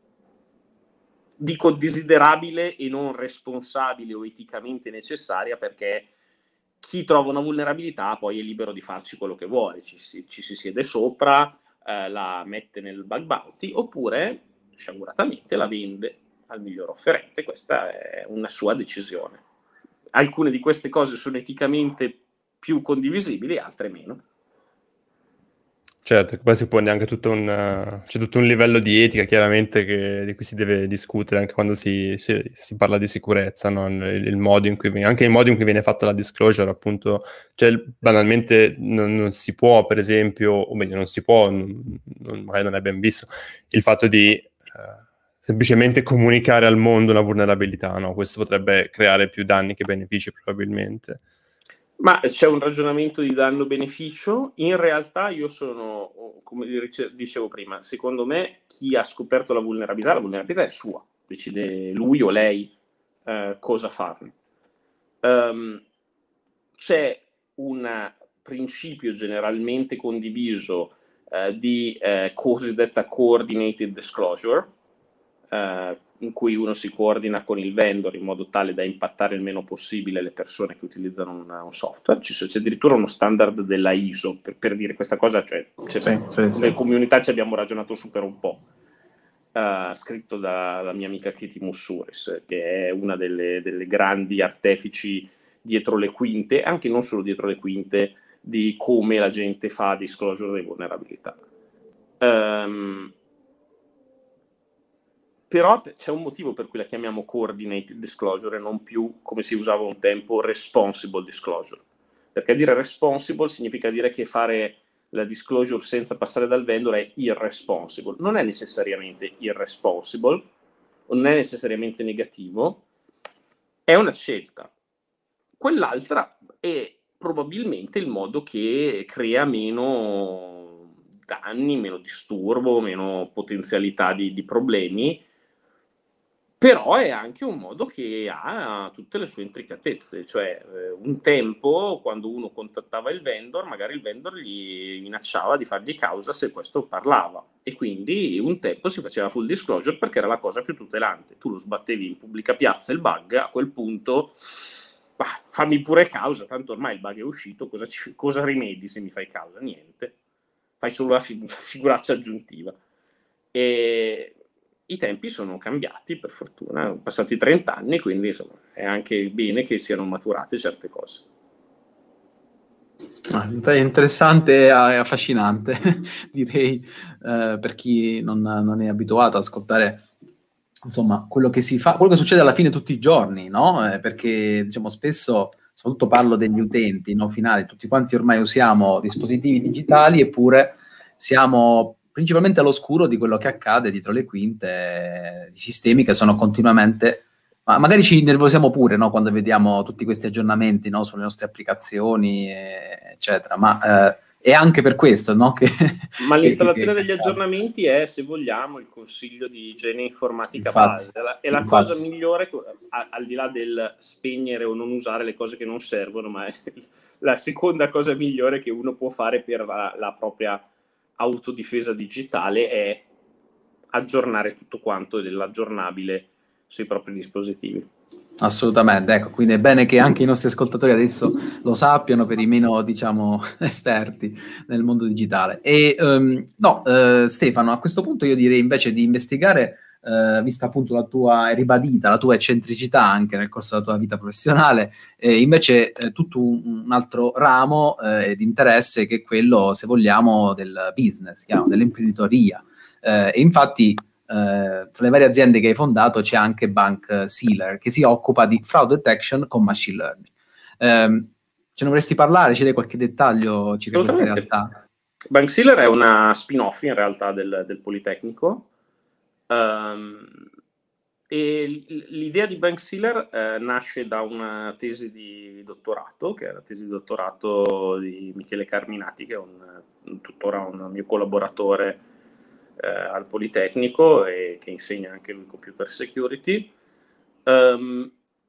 Dico desiderabile e non responsabile o eticamente necessaria, perché chi trova una vulnerabilità poi è libero di farci quello che vuole, ci si, ci si siede sopra, eh, la mette nel bug bounty oppure sciaguratamente la vende al miglior offerente. Questa è una sua decisione. Alcune di queste cose sono eticamente più condivisibili, altre meno. Certo, che poi si pone anche tutto un, eh, c'è tutto un livello di etica chiaramente che, di cui si deve discutere anche quando si, si- si parla di sicurezza, no? Il, il modo in cui viene, anche il modo in cui viene fatta la disclosure, appunto, cioè banalmente non, non si può, per esempio, o meglio non si può, non, non- magari non è ben visto, il fatto di eh, semplicemente comunicare al mondo una vulnerabilità, no? Questo potrebbe creare più danni che benefici probabilmente. Ma c'è un ragionamento di danno-beneficio. In realtà io sono, come dicevo prima, secondo me chi ha scoperto la vulnerabilità, la vulnerabilità è sua, decide lui o lei eh, cosa farne. Um, c'è un principio generalmente condiviso eh, di eh, cosiddetta coordinated disclosure, eh, in cui uno si coordina con il vendor in modo tale da impattare il meno possibile le persone che utilizzano una, un software. C'è, c'è addirittura uno standard della I S O per, per dire questa cosa, cioè, Sì, sì, come sì. comunità ci abbiamo ragionato su per un po'. Uh, scritto dalla mia amica Katie Mousouris, che è una delle, delle grandi artefici dietro le quinte, anche non solo dietro le quinte, di come la gente fa disclosure delle vulnerabilità. Um, però c'è un motivo per cui la chiamiamo coordinated disclosure e non più, come si usava un tempo, responsible disclosure. Perché dire responsible significa dire che fare la disclosure senza passare dal vendor è irresponsible. Non è necessariamente irresponsible, non è necessariamente negativo, è una scelta. Quell'altra è probabilmente il modo che crea meno danni, meno disturbo, meno potenzialità di, di problemi, Però è anche un modo che ha tutte le sue intricatezze, cioè eh, un tempo quando uno contattava il vendor, magari il vendor gli minacciava di fargli causa se questo parlava, e quindi un tempo si faceva full disclosure perché era la cosa più tutelante. Tu lo sbattevi in pubblica piazza il bug, a quel punto bah, fammi pure causa, tanto ormai il bug è uscito, cosa, ci, cosa rimedi se mi fai causa? Niente, fai solo la fi- figuraccia aggiuntiva. E i tempi sono cambiati, per fortuna, sono passati trenta anni, quindi insomma, è anche bene che siano maturate certe cose. È interessante e affascinante, direi, eh, per chi non, non è abituato ad ascoltare, insomma, quello che si fa, quello che succede alla fine tutti i giorni, no? Eh, perché, diciamo, spesso, soprattutto parlo degli utenti, no, finali, tutti quanti ormai usiamo dispositivi digitali, eppure siamo principalmente all'oscuro di quello che accade dietro le quinte, di sistemi che sono continuamente... Ma magari ci nervosiamo pure, no, quando vediamo tutti questi aggiornamenti, no, sulle nostre applicazioni, eh, eccetera. Ma eh, è anche per questo, no, che... Ma l'installazione che, che, degli aggiornamenti è, se vogliamo, il consiglio di igiene informatica infatti, base. È la, è la infatti. cosa migliore, a, al di là del spegnere o non usare le cose che non servono, ma è la seconda cosa migliore che uno può fare per la, la propria autodifesa digitale è aggiornare tutto quanto dell'aggiornabile sui propri dispositivi. Assolutamente, ecco, quindi è bene che anche i nostri ascoltatori adesso lo sappiano, per i meno, diciamo, esperti nel mondo digitale. E um, no, uh, Stefano, a questo punto io direi invece di investigare, uh, vista appunto la tua ribadita, la tua eccentricità anche nel corso della tua vita professionale, eh, invece eh, tutto un, un altro ramo eh, di interesse, che è quello, se vogliamo, del business, chiamo, dell'imprenditoria. Eh, e infatti Uh, tra le varie aziende che hai fondato c'è anche Bank Sealer, che si occupa di fraud detection con machine learning. Um, ce ne vorresti parlare? Ci dai qualche dettaglio circa questa realtà? Bank Sealer è una spin-off in realtà del, del Politecnico, um, e l'idea di Bank Sealer eh, nasce da una tesi di dottorato, che è la tesi di dottorato di Michele Carminati, che è un, tuttora un mio collaboratore Eh, al Politecnico e che insegna anche lui computer security. Um,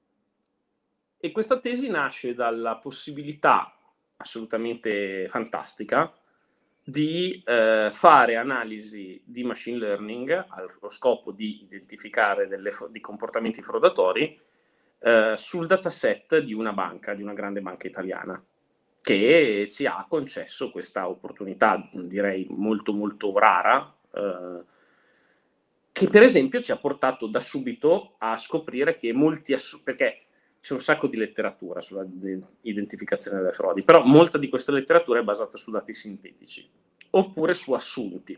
e questa tesi nasce dalla possibilità assolutamente fantastica di eh, fare analisi di machine learning allo scopo di identificare delle, di comportamenti frodatori eh, sul dataset di una banca, di una grande banca italiana, che ci ha concesso questa opportunità, direi molto molto rara, Uh, che per esempio ci ha portato da subito a scoprire che molti assu- perché c'è un sacco di letteratura sulla de- identificazione delle frodi, però molta di questa letteratura è basata su dati sintetici oppure su assunti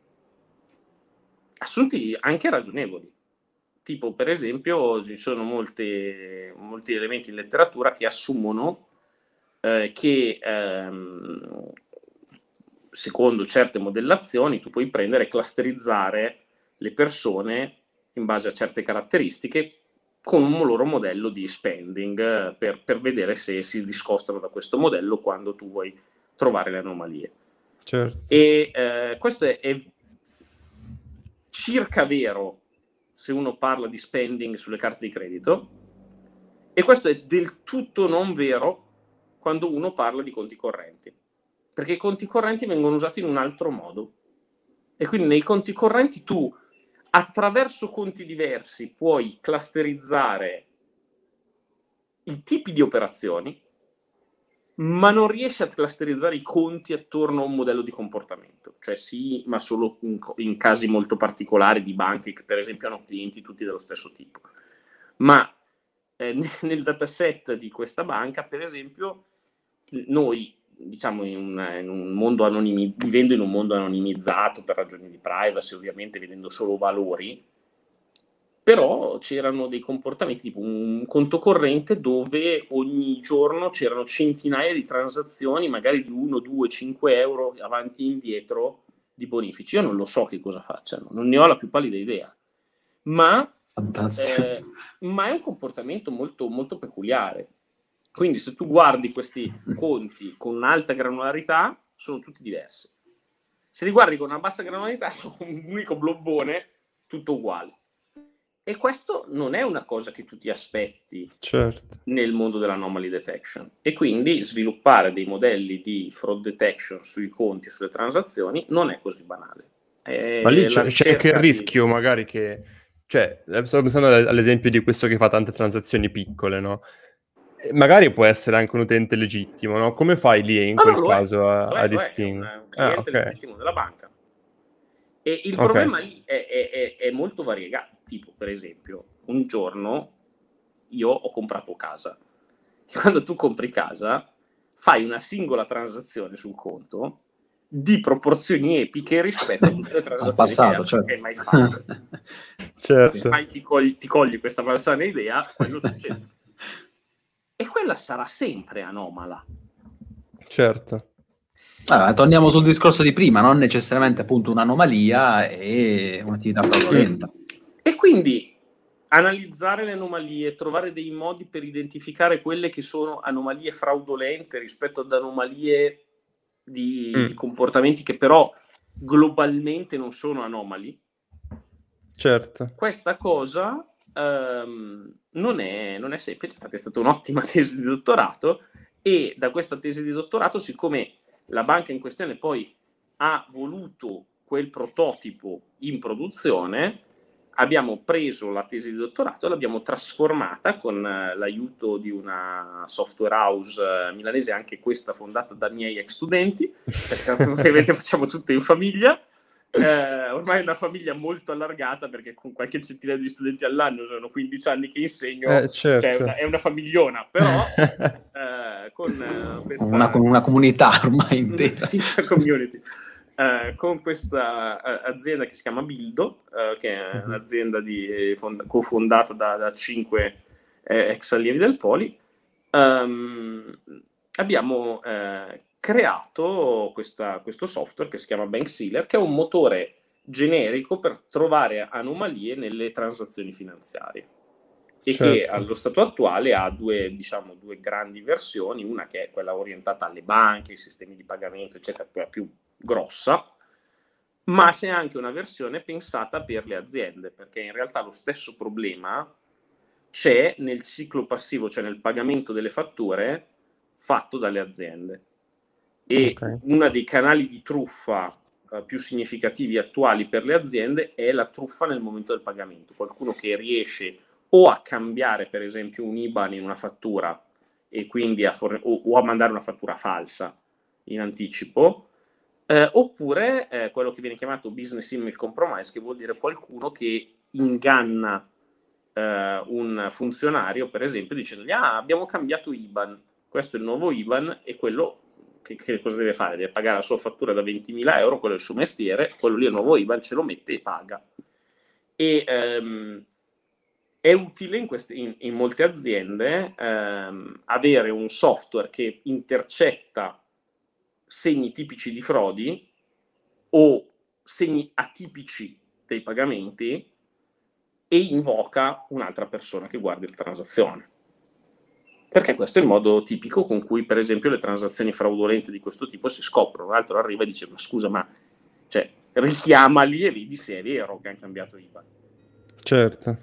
assunti anche ragionevoli, tipo per esempio ci sono molte, molti elementi in letteratura che assumono eh, che ehm, secondo certe modellazioni tu puoi prendere e clusterizzare le persone in base a certe caratteristiche con un loro modello di spending per, per vedere se si discostano da questo modello quando tu vuoi trovare le anomalie. Certo. E eh, questo è, è circa vero se uno parla di spending sulle carte di credito, e questo è del tutto non vero quando uno parla di conti correnti, perché i conti correnti vengono usati in un altro modo, e quindi nei conti correnti tu attraverso conti diversi puoi clusterizzare i tipi di operazioni, ma non riesci a clusterizzare i conti attorno a un modello di comportamento. Cioè sì, ma solo in, in casi molto particolari di banche che per esempio hanno clienti tutti dello stesso tipo. Ma eh, nel dataset di questa banca, per esempio, noi, diciamo, in un, in un mondo anonimi, vivendo in un mondo anonimizzato per ragioni di privacy, ovviamente vedendo solo valori, però c'erano dei comportamenti tipo un conto corrente dove ogni giorno c'erano centinaia di transazioni, magari di uno, due, cinque euro avanti e indietro di bonifici. Io non lo so che cosa facciano, non ne ho la più pallida idea, ma, eh, ma è un comportamento molto, molto peculiare. Quindi se tu guardi questi conti con un'alta granularità, sono tutti diversi. Se li guardi con una bassa granularità, sono un unico blobbone tutto uguale. E questo non è una cosa che tu ti aspetti certo. nel mondo dell'anomaly detection. E quindi sviluppare dei modelli di fraud detection sui conti e sulle transazioni non è così banale. È Ma lì c'è, la c'è anche il ricerca di- rischio magari che... Cioè, eh, stavo pensando all- all'esempio di questo che fa tante transazioni piccole, no? Eh, Magari può essere anche un utente legittimo, no? Come fai lì in No, no, quel lo è, caso a, lo a è, lo è, è un, distinguere? un Ah, cliente ok, legittimo della banca. E il ok. problema lì è, è- è- è molto variegato. Tipo, per esempio, un giorno io ho comprato casa. Quando tu compri casa, fai una singola transazione sul conto di proporzioni epiche rispetto a tutte le Al transazioni che hai, passato, certo. che hai mai fatto. Certo, Mai ti cogli, ti cogli questa malsana idea, quello succede. E quella sarà sempre anomala. certo. Allora, torniamo sul discorso di prima, non necessariamente appunto un'anomalia e un'attività fraudolenta. E quindi analizzare le anomalie, trovare dei modi per identificare quelle che sono anomalie fraudolente rispetto ad anomalie di, Mm. di comportamenti che però globalmente non sono anomali, Certo. questa cosa ehm, non, è, non è semplice. Infatti è stata un'ottima tesi di dottorato, e da questa tesi di dottorato, siccome la banca in questione poi ha voluto quel prototipo in produzione, abbiamo preso la tesi di dottorato e l'abbiamo trasformata con eh, l'aiuto di una software house eh, milanese, anche questa fondata da miei ex studenti, perché ovviamente facciamo tutto in famiglia. Eh, ormai è una famiglia molto allargata, perché con qualche centinaio di studenti all'anno, sono quindici anni che insegno, Eh, cioè è, certo. una, è una famigliona, però eh, con eh, questa Una, con una comunità ormai una intera. sì, una community. Eh, con questa eh, azienda che si chiama Bildo, eh, che è Mhm. un'azienda di, fonda- cofondata da, da cinque eh, ex allievi del Poli, ehm, abbiamo eh, creato questa- questo software che si chiama Bank Sealer, che è un motore generico per trovare anomalie nelle transazioni finanziarie, e che Certo. allo stato attuale ha due, diciamo, due grandi versioni, una che è quella orientata alle banche, ai sistemi di pagamento, eccetera, quella più grossa, ma c'è anche una versione pensata per le aziende, perché in realtà lo stesso problema c'è nel ciclo passivo, cioè nel pagamento delle fatture fatto dalle aziende. E Ok. uno dei canali di truffa eh, più significativi attuali per le aziende è la truffa nel momento del pagamento. Qualcuno che riesce o a cambiare, per esempio, un I B A N in una fattura, e quindi a forn- o, o a mandare una fattura falsa in anticipo, eh, oppure eh, quello che viene chiamato business email compromise, che vuol dire qualcuno che inganna eh, un funzionario, per esempio, dicendogli: ah, abbiamo cambiato I B A N, questo è il nuovo I B A N, e quello che, che cosa deve fare? Deve pagare la sua fattura da ventimila euro, quello è il suo mestiere, quello lì è il nuovo I B A N, ce lo mette e paga. E ehm, è utile in, queste, in, in molte aziende ehm, avere un software che intercetta segni tipici di frodi o segni atipici dei pagamenti e invoca un'altra persona che guardi la transazione. Perché questo è il modo tipico con cui, per esempio, le transazioni fraudolente di questo tipo si scoprono. L'altro arriva e dice: ma scusa, ma cioè, richiamali e vedi se è vero che hanno cambiato I B A N. Certo.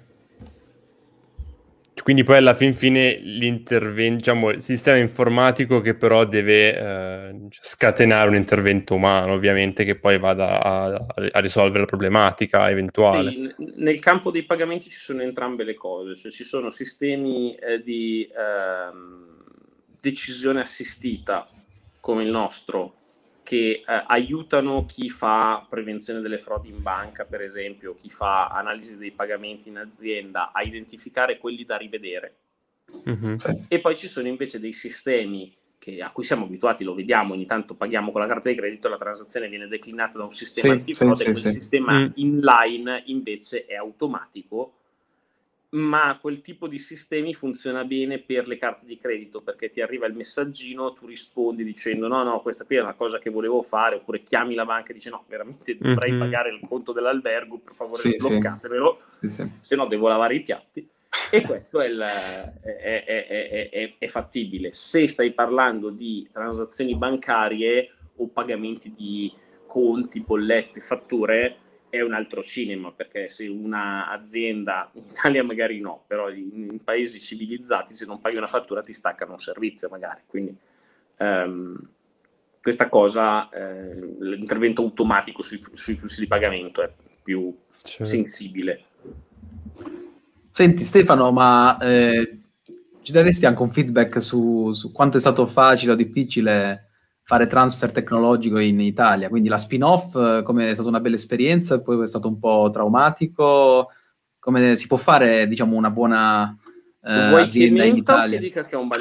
Quindi poi alla fin fine l'intervento, diciamo, il sistema informatico che però deve eh, scatenare un intervento umano, ovviamente, che poi vada a, a risolvere la problematica eventuale. Sì, nel campo dei pagamenti ci sono entrambe le cose, cioè ci sono sistemi eh, di ehm, decisione assistita come il nostro, che eh, aiutano chi fa prevenzione delle frodi in banca, per esempio, chi fa analisi dei pagamenti in azienda, a identificare quelli da rivedere. Mm-hmm. Sì. E poi ci sono invece dei sistemi che, a cui siamo abituati, lo vediamo, ogni tanto paghiamo con la carta di credito, la transazione viene declinata da un sistema Sì, antifrode, sì, quel sì, sì. sistema Mm. inline invece è automatico, ma quel tipo di sistemi funziona bene per le carte di credito, perché ti arriva il messaggino, tu rispondi dicendo no, no, questa qui è una cosa che volevo fare, oppure chiami la banca e dici no, veramente dovrei Mm-hmm. pagare il conto dell'albergo, per favore Sì, sbloccatevelo, sì, sì. se no devo lavare i piatti. E questo è, il, è, è, è, è, è fattibile. Se stai parlando di transazioni bancarie o pagamenti di conti, bollette, fatture, è un altro cinema, perché se una azienda, in Italia magari no, però in, in paesi civilizzati se non paghi una fattura ti staccano un servizio magari, quindi um, questa cosa, eh, l'intervento automatico sui, sui flussi di pagamento è più certo. sensibile. Senti Stefano, ma eh, ci daresti anche un feedback su, su quanto è stato facile o difficile fare transfer tecnologico in Italia? Quindi la spin-off, come è stata una bella esperienza, poi è stato un po' traumatico, come si può fare, diciamo, una buona eh, Vuoi azienda che in Italia? Che dica che è un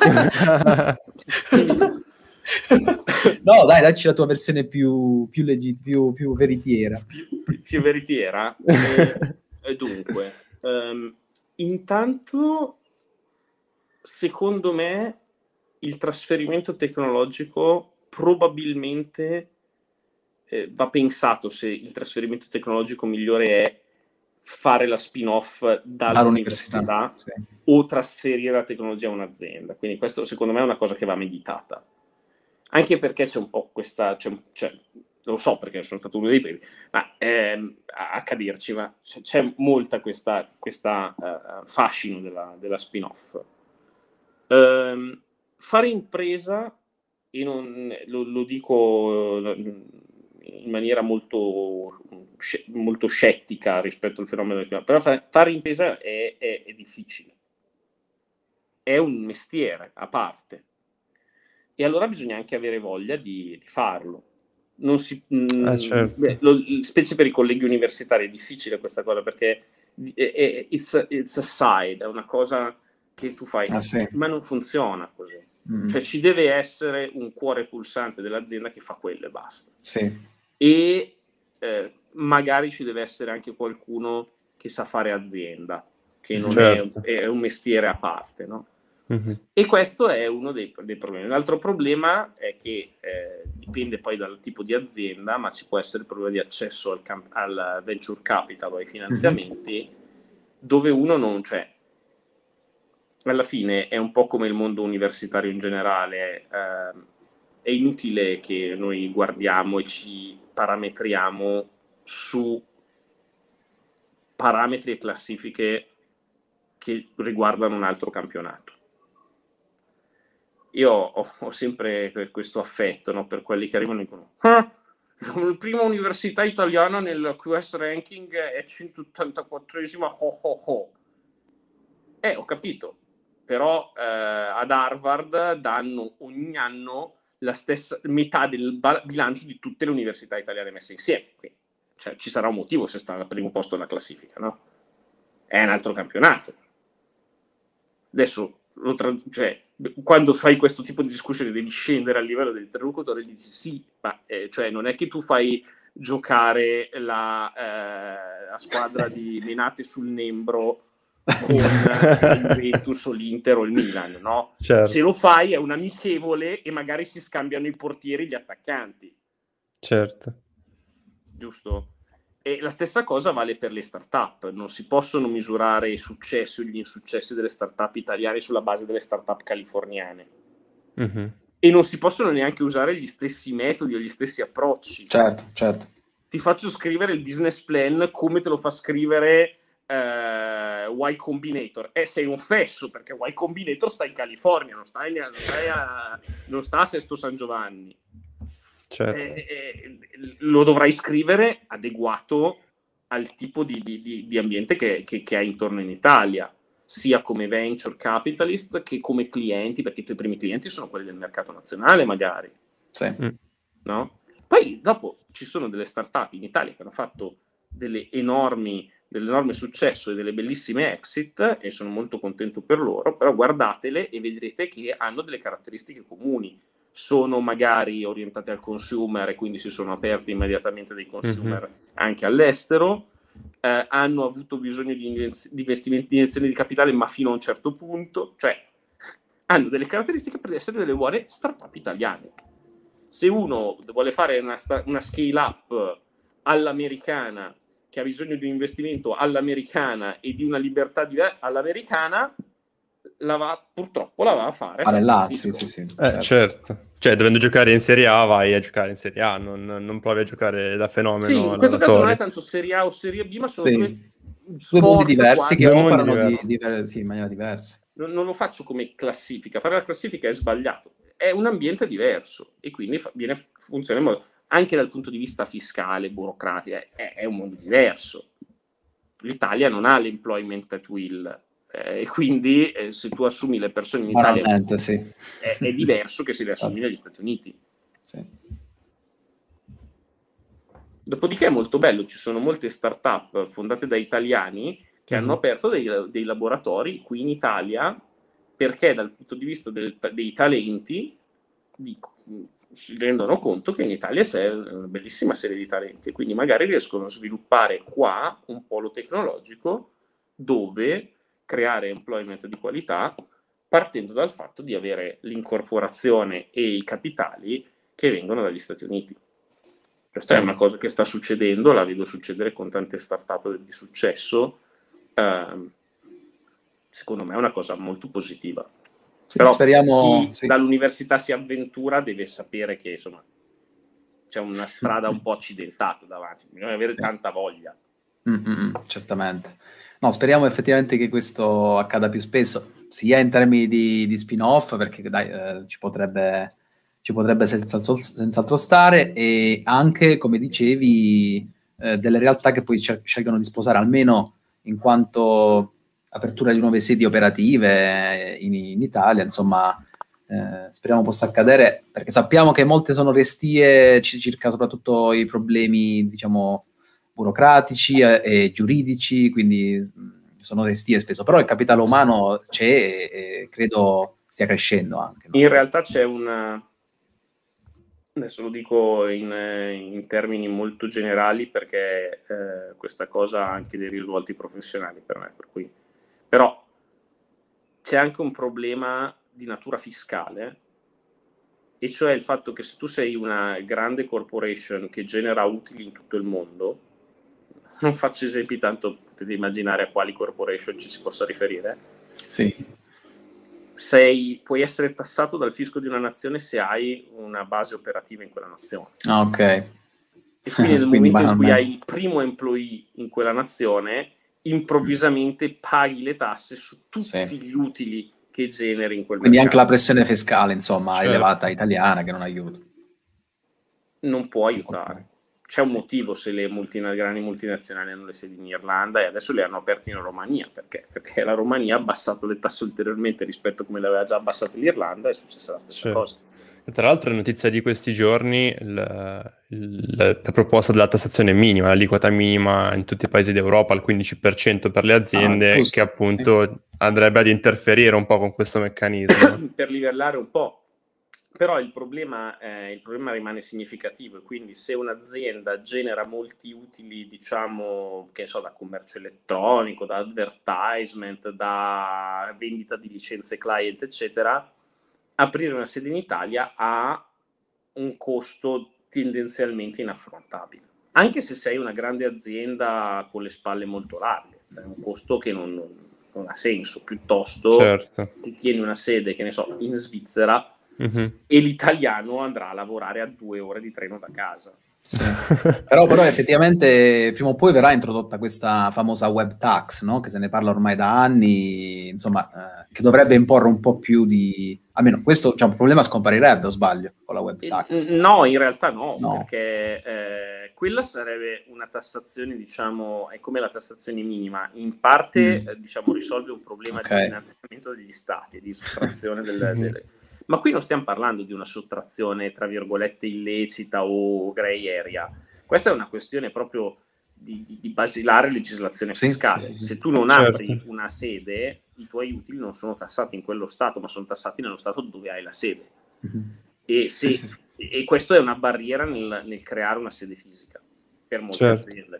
bagno No, dai, dacci la tua versione più, più, legit- più, più veritiera. Più, più veritiera? E, e dunque, um, intanto, secondo me, il trasferimento tecnologico probabilmente eh, va pensato se il trasferimento tecnologico migliore è fare la spin-off dall'università, dall'università sì. o trasferire la tecnologia a un'azienda. Quindi questo secondo me è una cosa che va meditata. Anche perché c'è un po' questa... C'è, c'è, lo so perché sono stato uno dei primi, ma ehm, a, a cadirci, ma c'è, c'è molta questa, questa uh, fascino della, della spin-off. Um, fare impresa, e non, lo, lo dico in maniera molto, molto scettica rispetto al fenomeno del però fare, fare impresa è, è, è difficile, è un mestiere a parte, e allora bisogna anche avere voglia di, di farlo. Non si, mh, eh, certo. beh, lo, specie per i colleghi universitari è difficile questa cosa, perché è, è, it's, a, it's a side, è una cosa che tu fai, ah, sì. ma non funziona così. Mm. Cioè ci deve essere un cuore pulsante dell'azienda che fa quello e basta. Sì. E eh, magari ci deve essere anche qualcuno che sa fare azienda, che non certo. è, è un mestiere a parte, no? Mm-hmm. E questo è uno dei, dei problemi. L'altro problema è che eh, dipende poi dal tipo di azienda, ma ci può essere il problema di accesso al, camp- al venture capital o ai finanziamenti, mm-hmm. dove uno non c'è. Alla fine è un po' come il mondo universitario in generale, eh, è inutile che noi guardiamo e ci parametriamo su parametri e classifiche che riguardano un altro campionato. Io ho, ho sempre questo affetto, no, per quelli che arrivano e dicono ah, la prima università italiana nel Q S ranking è centottantaquattresima, ho ho ho. Eh, ho capito. Però eh, ad Harvard danno ogni anno la stessa metà del ba- bilancio di tutte le università italiane messe insieme. Quindi, cioè, ci sarà un motivo se sta al primo posto della classifica, no? È un altro campionato. Adesso, lo tra- cioè, quando fai questo tipo di discussione devi scendere al livello dell'interlocutore e gli dici sì, ma eh, cioè, non è che tu fai giocare la, eh, la squadra di Menate sul Nembro con il Juventus o l'Inter o il Milan, no? Certo. Se lo fai è un amichevole e magari si scambiano i portieri e gli attaccanti. Certo. Giusto? E la stessa cosa vale per le start-up. Non si possono misurare i successi o gli insuccessi delle start-up italiane sulla base delle start-up californiane. Mm-hmm. E non si possono neanche usare gli stessi metodi o gli stessi approcci. Certo, certo. Ti faccio scrivere il business plan come te lo fa scrivere Uh, Y Combinator. E eh, sei un fesso, perché Y Combinator sta in California, non sta, in, non sta, a, non sta a Sesto San Giovanni. Certo. Eh, eh, lo dovrai scrivere adeguato al tipo di, di, di ambiente che, che, che hai intorno in Italia, sia come venture capitalist che come clienti, perché i tuoi primi clienti sono quelli del mercato nazionale magari. Sì. No? Poi dopo ci sono delle startup in Italia che hanno fatto delle enormi dell'enorme successo e delle bellissime exit, e sono molto contento per loro, però guardatele e vedrete che hanno delle caratteristiche comuni. Sono magari orientate al consumer e quindi si sono aperti immediatamente dei consumer mm-hmm. anche all'estero, eh, hanno avuto bisogno di, inv- di investimenti, di iniezioni di capitale, ma fino a un certo punto, cioè hanno delle caratteristiche per essere delle buone startup italiane. Se uno vuole fare una, sta- una scale up all'americana, che ha bisogno di un investimento all'americana e di una libertà di all'americana, la va, purtroppo la va a fare a San San là, Francisco. sì, sì, sì. Eh, certo. Cioè, dovendo giocare in Serie A, vai a giocare in Serie A, non, non provi a giocare da fenomeno. Sì, in questo caso non è tanto Serie A o Serie B, ma sono sì. due, due mondi diversi quasi, che operano diversi. Di, di, sì, in maniera diversa. Non, non lo faccio come classifica, fare la classifica è sbagliato, è un ambiente diverso e quindi fa, viene, funziona in modo, anche dal punto di vista fiscale, burocratico, è, è un mondo diverso. L'Italia non ha l'employment at will, e eh, quindi eh, se tu assumi le persone in Italia sì. è, è diverso che se le assumi negli Stati Uniti. Sì. Dopodiché è molto bello, ci sono molte start-up fondate da italiani che mm-hmm. hanno aperto dei, dei laboratori qui in Italia perché dal punto di vista del, dei talenti dico, si rendono conto che in Italia c'è una bellissima serie di talenti e quindi magari riescono a sviluppare qua un polo tecnologico dove creare employment di qualità partendo dal fatto di avere l'incorporazione e i capitali che vengono dagli Stati Uniti. Questa è una cosa che sta succedendo, la vedo succedere con tante start-up di successo. Uh, secondo me è una cosa molto positiva. Sì, però speriamo, chi sì. dall'università si avventura deve sapere che insomma c'è una strada un po' accidentata davanti, bisogna avere sì. tanta voglia. Mm-mm, certamente. No, speriamo effettivamente che questo accada più spesso, sia in termini di, di spin-off, perché dai, eh, ci potrebbe, ci potrebbe senz'altro, senz'altro stare, e anche, come dicevi, eh, delle realtà che poi scelgono di sposare, almeno in quanto apertura di nuove sedi operative in, in Italia, insomma, eh, speriamo possa accadere, perché sappiamo che molte sono restie circa soprattutto i problemi, diciamo, burocratici e, e giuridici, quindi sono restie spesso, però il capitale umano c'è e, e credo stia crescendo anche. No? In realtà c'è una, adesso lo dico in, in termini molto generali perché eh, questa cosa ha anche dei risvolti professionali per me, per cui però c'è anche un problema di natura fiscale, e cioè il fatto che se tu sei una grande corporation che genera utili in tutto il mondo, non faccio esempi, tanto potete immaginare a quali corporation ci si possa riferire, sì. sei, puoi essere tassato dal fisco di una nazione se hai una base operativa in quella nazione. Ah, ok. E quindi nel quindi momento in cui me. hai il primo employee in quella nazione, improvvisamente paghi le tasse su tutti sì. gli utili che generi in quel quindi mercato. Anche la pressione fiscale, insomma, certo. elevata italiana, che non aiuta. Non può aiutare. C'è un motivo se le multina- grandi multinazionali hanno le sedi in Irlanda e adesso le hanno aperte in Romania. Perché? Perché la Romania ha abbassato le tasse ulteriormente rispetto a come le aveva già abbassate l'Irlanda, è successa la stessa certo. cosa. E tra l'altro è notizia di questi giorni il, il, la proposta della tassazione minima, l'aliquota minima in tutti i paesi d'Europa al quindici per cento per le aziende, ah, che appunto sì. andrebbe ad interferire un po' con questo meccanismo. Per livellare un po'. Però il problema, eh, il problema rimane significativo, e quindi se un'azienda genera molti utili, diciamo, che so, da commercio elettronico, da advertisement, da vendita di licenze client, eccetera, aprire una sede in Italia ha un costo tendenzialmente inaffrontabile. Anche se sei una grande azienda con le spalle molto larghe, cioè un costo che non, non ha senso, piuttosto certo. ti tieni una sede, che ne so, in Svizzera, mm-hmm. e l'italiano andrà a lavorare a due ore di treno da casa. Sì. però, però effettivamente prima o poi verrà introdotta questa famosa web tax, no? Che se ne parla ormai da anni, insomma, eh, che dovrebbe imporre un po' più di... almeno questo, cioè, un problema scomparirebbe, o sbaglio, con la web tax? No, in realtà no, no. perché eh, quella sarebbe una tassazione, diciamo, è come la tassazione minima, in parte mm. eh, diciamo, risolve un problema okay. di finanziamento degli stati, di sottrazione del, delle... Ma qui non stiamo parlando di una sottrazione, tra virgolette, illecita o grey area. Questa è una questione proprio di, di, di basilare legislazione fiscale. Sì, sì, sì. Se tu non certo. apri una sede, i tuoi utili non sono tassati in quello stato, ma sono tassati nello stato dove hai la sede. Mm-hmm. E, se, sì, sì. e questo è una barriera nel, nel creare una sede fisica per molte certo. aziende.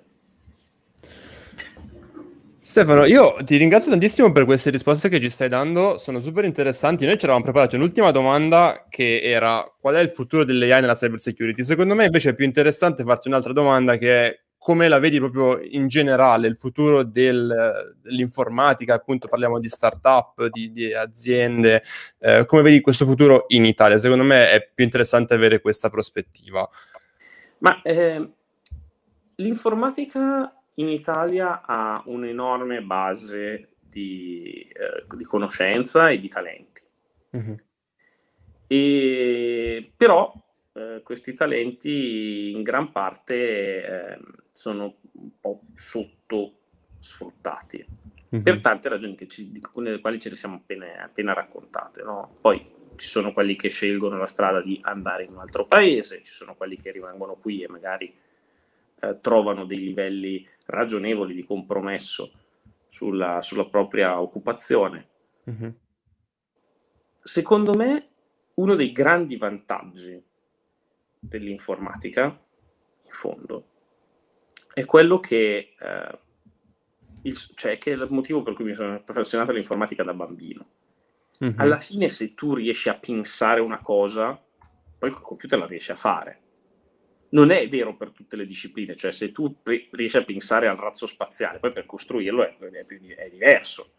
Stefano, io ti ringrazio tantissimo per queste risposte che ci stai dando, sono super interessanti. Noi ci eravamo preparati un'ultima domanda che era: qual è il futuro dell'A I nella cyber security? Secondo me invece è più interessante farti un'altra domanda, che è: come la vedi proprio in generale, il futuro del, dell'informatica, appunto parliamo di start-up, di, di aziende, eh, come vedi questo futuro in Italia? Secondo me è più interessante avere questa prospettiva. Ma eh, l'informatica in Italia ha un'enorme base di, eh, di conoscenza e di talenti. Mm-hmm. E, però eh, questi talenti in gran parte eh, sono un po' sottosfruttati, mm-hmm. per tante ragioni che ci, di alcune delle quali ce le siamo appena, appena raccontate, no? Poi ci sono quelli che scelgono la strada di andare in un altro paese, ci sono quelli che rimangono qui e magari eh, trovano dei livelli ragionevoli di compromesso sulla, sulla propria occupazione. Mm-hmm. Secondo me uno dei grandi vantaggi dell'informatica, in fondo, è quello che, eh, il, cioè che è il motivo per cui mi sono appassionato all'informatica da bambino. Mm-hmm. Alla fine, se tu riesci a pensare una cosa, poi col computer la riesci a fare. Non è vero per tutte le discipline, cioè se tu riesci a pensare al razzo spaziale, poi per costruirlo è, è, è diverso.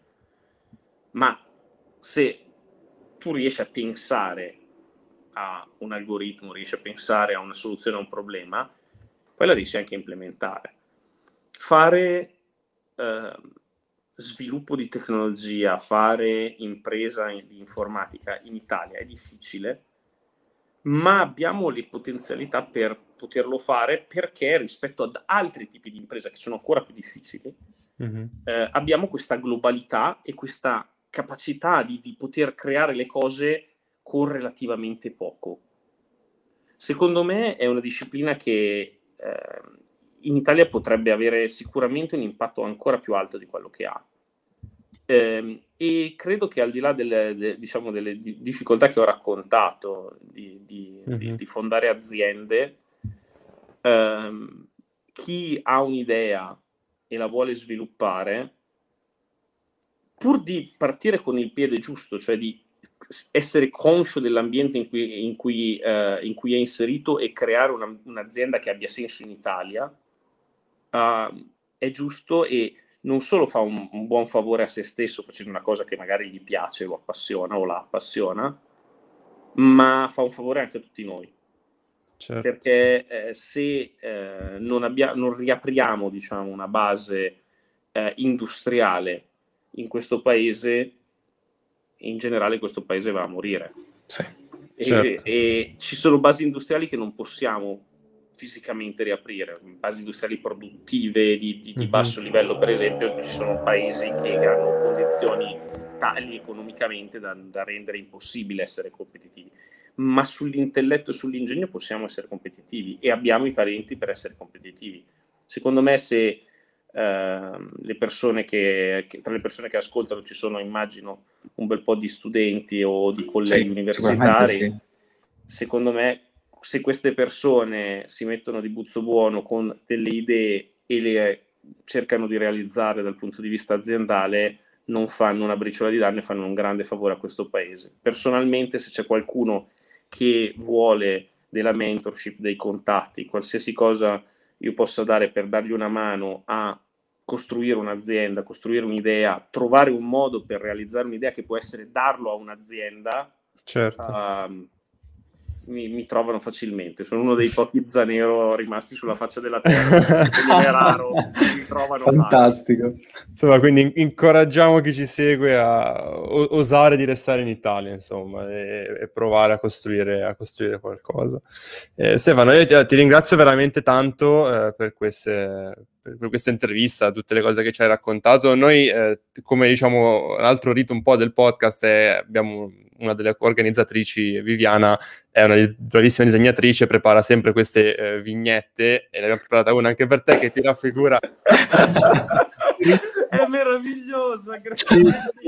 Ma se tu riesci a pensare a un algoritmo, riesci a pensare a una soluzione a un problema, poi la riesci anche a implementare. Fare eh, sviluppo di tecnologia, fare impresa di informatica in Italia è difficile, ma abbiamo le potenzialità per poterlo fare perché rispetto ad altri tipi di impresa che sono ancora più difficili, mm-hmm. eh, abbiamo questa globalità e questa capacità di, di poter creare le cose con relativamente poco. Secondo me è una disciplina che eh, in Italia potrebbe avere sicuramente un impatto ancora più alto di quello che ha. Eh, e credo che al di là delle, de, diciamo, delle difficoltà che ho raccontato di, di, mm-hmm. di, di fondare aziende, ehm, chi ha un'idea e la vuole sviluppare, pur di partire con il piede giusto, cioè di essere conscio dell'ambiente in cui, in cui, eh, in cui è inserito e creare una, un'azienda che abbia senso in Italia, uh, è giusto e non solo fa un, un buon favore a se stesso facendo una cosa che magari gli piace o appassiona o la appassiona, ma fa un favore anche a tutti noi. Certo. Perché eh, se eh, non, abbia, non riapriamo, diciamo, una base eh, industriale in questo paese, in generale questo paese va a morire. Sì, e, certo. e ci sono basi industriali che non possiamo fisicamente riaprire, basi industriali produttive di, di, di mm-hmm. basso livello, per esempio. Ci sono paesi che hanno condizioni tali economicamente da, da rendere impossibile essere competitivi, ma sull'intelletto e sull'ingegno possiamo essere competitivi e abbiamo i talenti per essere competitivi. Secondo me, se Uh, le persone che, che tra le persone che ascoltano ci sono, immagino, un bel po' di studenti o di colleghi sì, universitari, sì. Secondo me, se queste persone si mettono di buzzo buono con delle idee e le cercano di realizzare dal punto di vista aziendale, non fanno una briciola di danno e fanno un grande favore a questo paese. Personalmente, se c'è qualcuno che vuole della mentorship, dei contatti, qualsiasi cosa io possa dare per dargli una mano a costruire un'azienda, costruire un'idea, trovare un modo per realizzare un'idea che può essere darlo a un'azienda, certo. uh, mi, mi trovano facilmente. Sono uno dei pochi zanero rimasti sulla faccia della terra, quindi è raro, mi trovano fantastico. facile. Insomma, quindi incoraggiamo chi ci segue a osare di restare in Italia, insomma, e, e provare a costruire, a costruire qualcosa. Eh, Stefano, io ti, ti ringrazio veramente tanto eh, per queste... per questa intervista, tutte le cose che ci hai raccontato. Noi, eh, come diciamo, l'altro rito un po' del podcast è, abbiamo una delle organizzatrici, Viviana, è una bravissima disegnatrice, prepara sempre queste eh, vignette, e ne abbiamo preparata una anche per te che ti raffigura. È meravigliosa, grazie.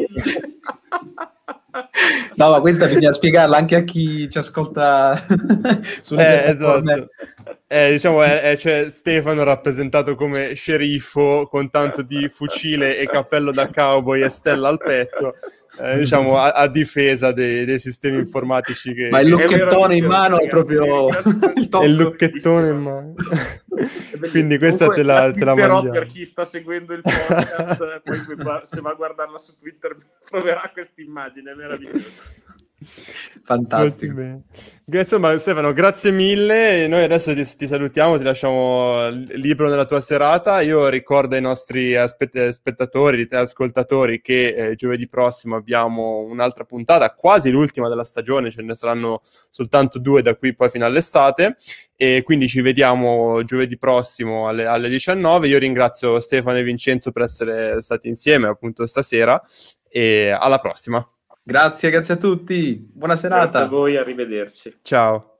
No, ma questa bisogna spiegarla anche a chi ci ascolta sulle eh, esatto. Eh, diciamo, è, è, cioè, Stefano rappresentato come sceriffo con tanto di fucile e cappello da cowboy e stella al petto. eh, diciamo a, a difesa dei, dei sistemi informatici che... Ma il lucchettone in vero, mano è ragazzi, proprio il è il lucchettone in mano. Quindi questa te la, la te la twitterò mandiamo. per chi sta seguendo il podcast, poi se va a guardarla su Twitter troverà questa immagine meravigliosa. Fantastico. Insomma, Stefano, grazie mille. Noi adesso ti, ti salutiamo, ti lasciamo libero nella tua serata. Io ricordo ai nostri aspe- spettatori, ascoltatori, che eh, giovedì prossimo abbiamo un'altra puntata, quasi l'ultima della stagione, ce ne saranno soltanto due da qui poi fino all'estate. E quindi ci vediamo giovedì prossimo alle, alle diciannove. Io ringrazio Stefano e Vincenzo per essere stati insieme appunto stasera e alla prossima. Grazie, grazie a tutti. Buona serata. Grazie a voi, arrivederci. Ciao.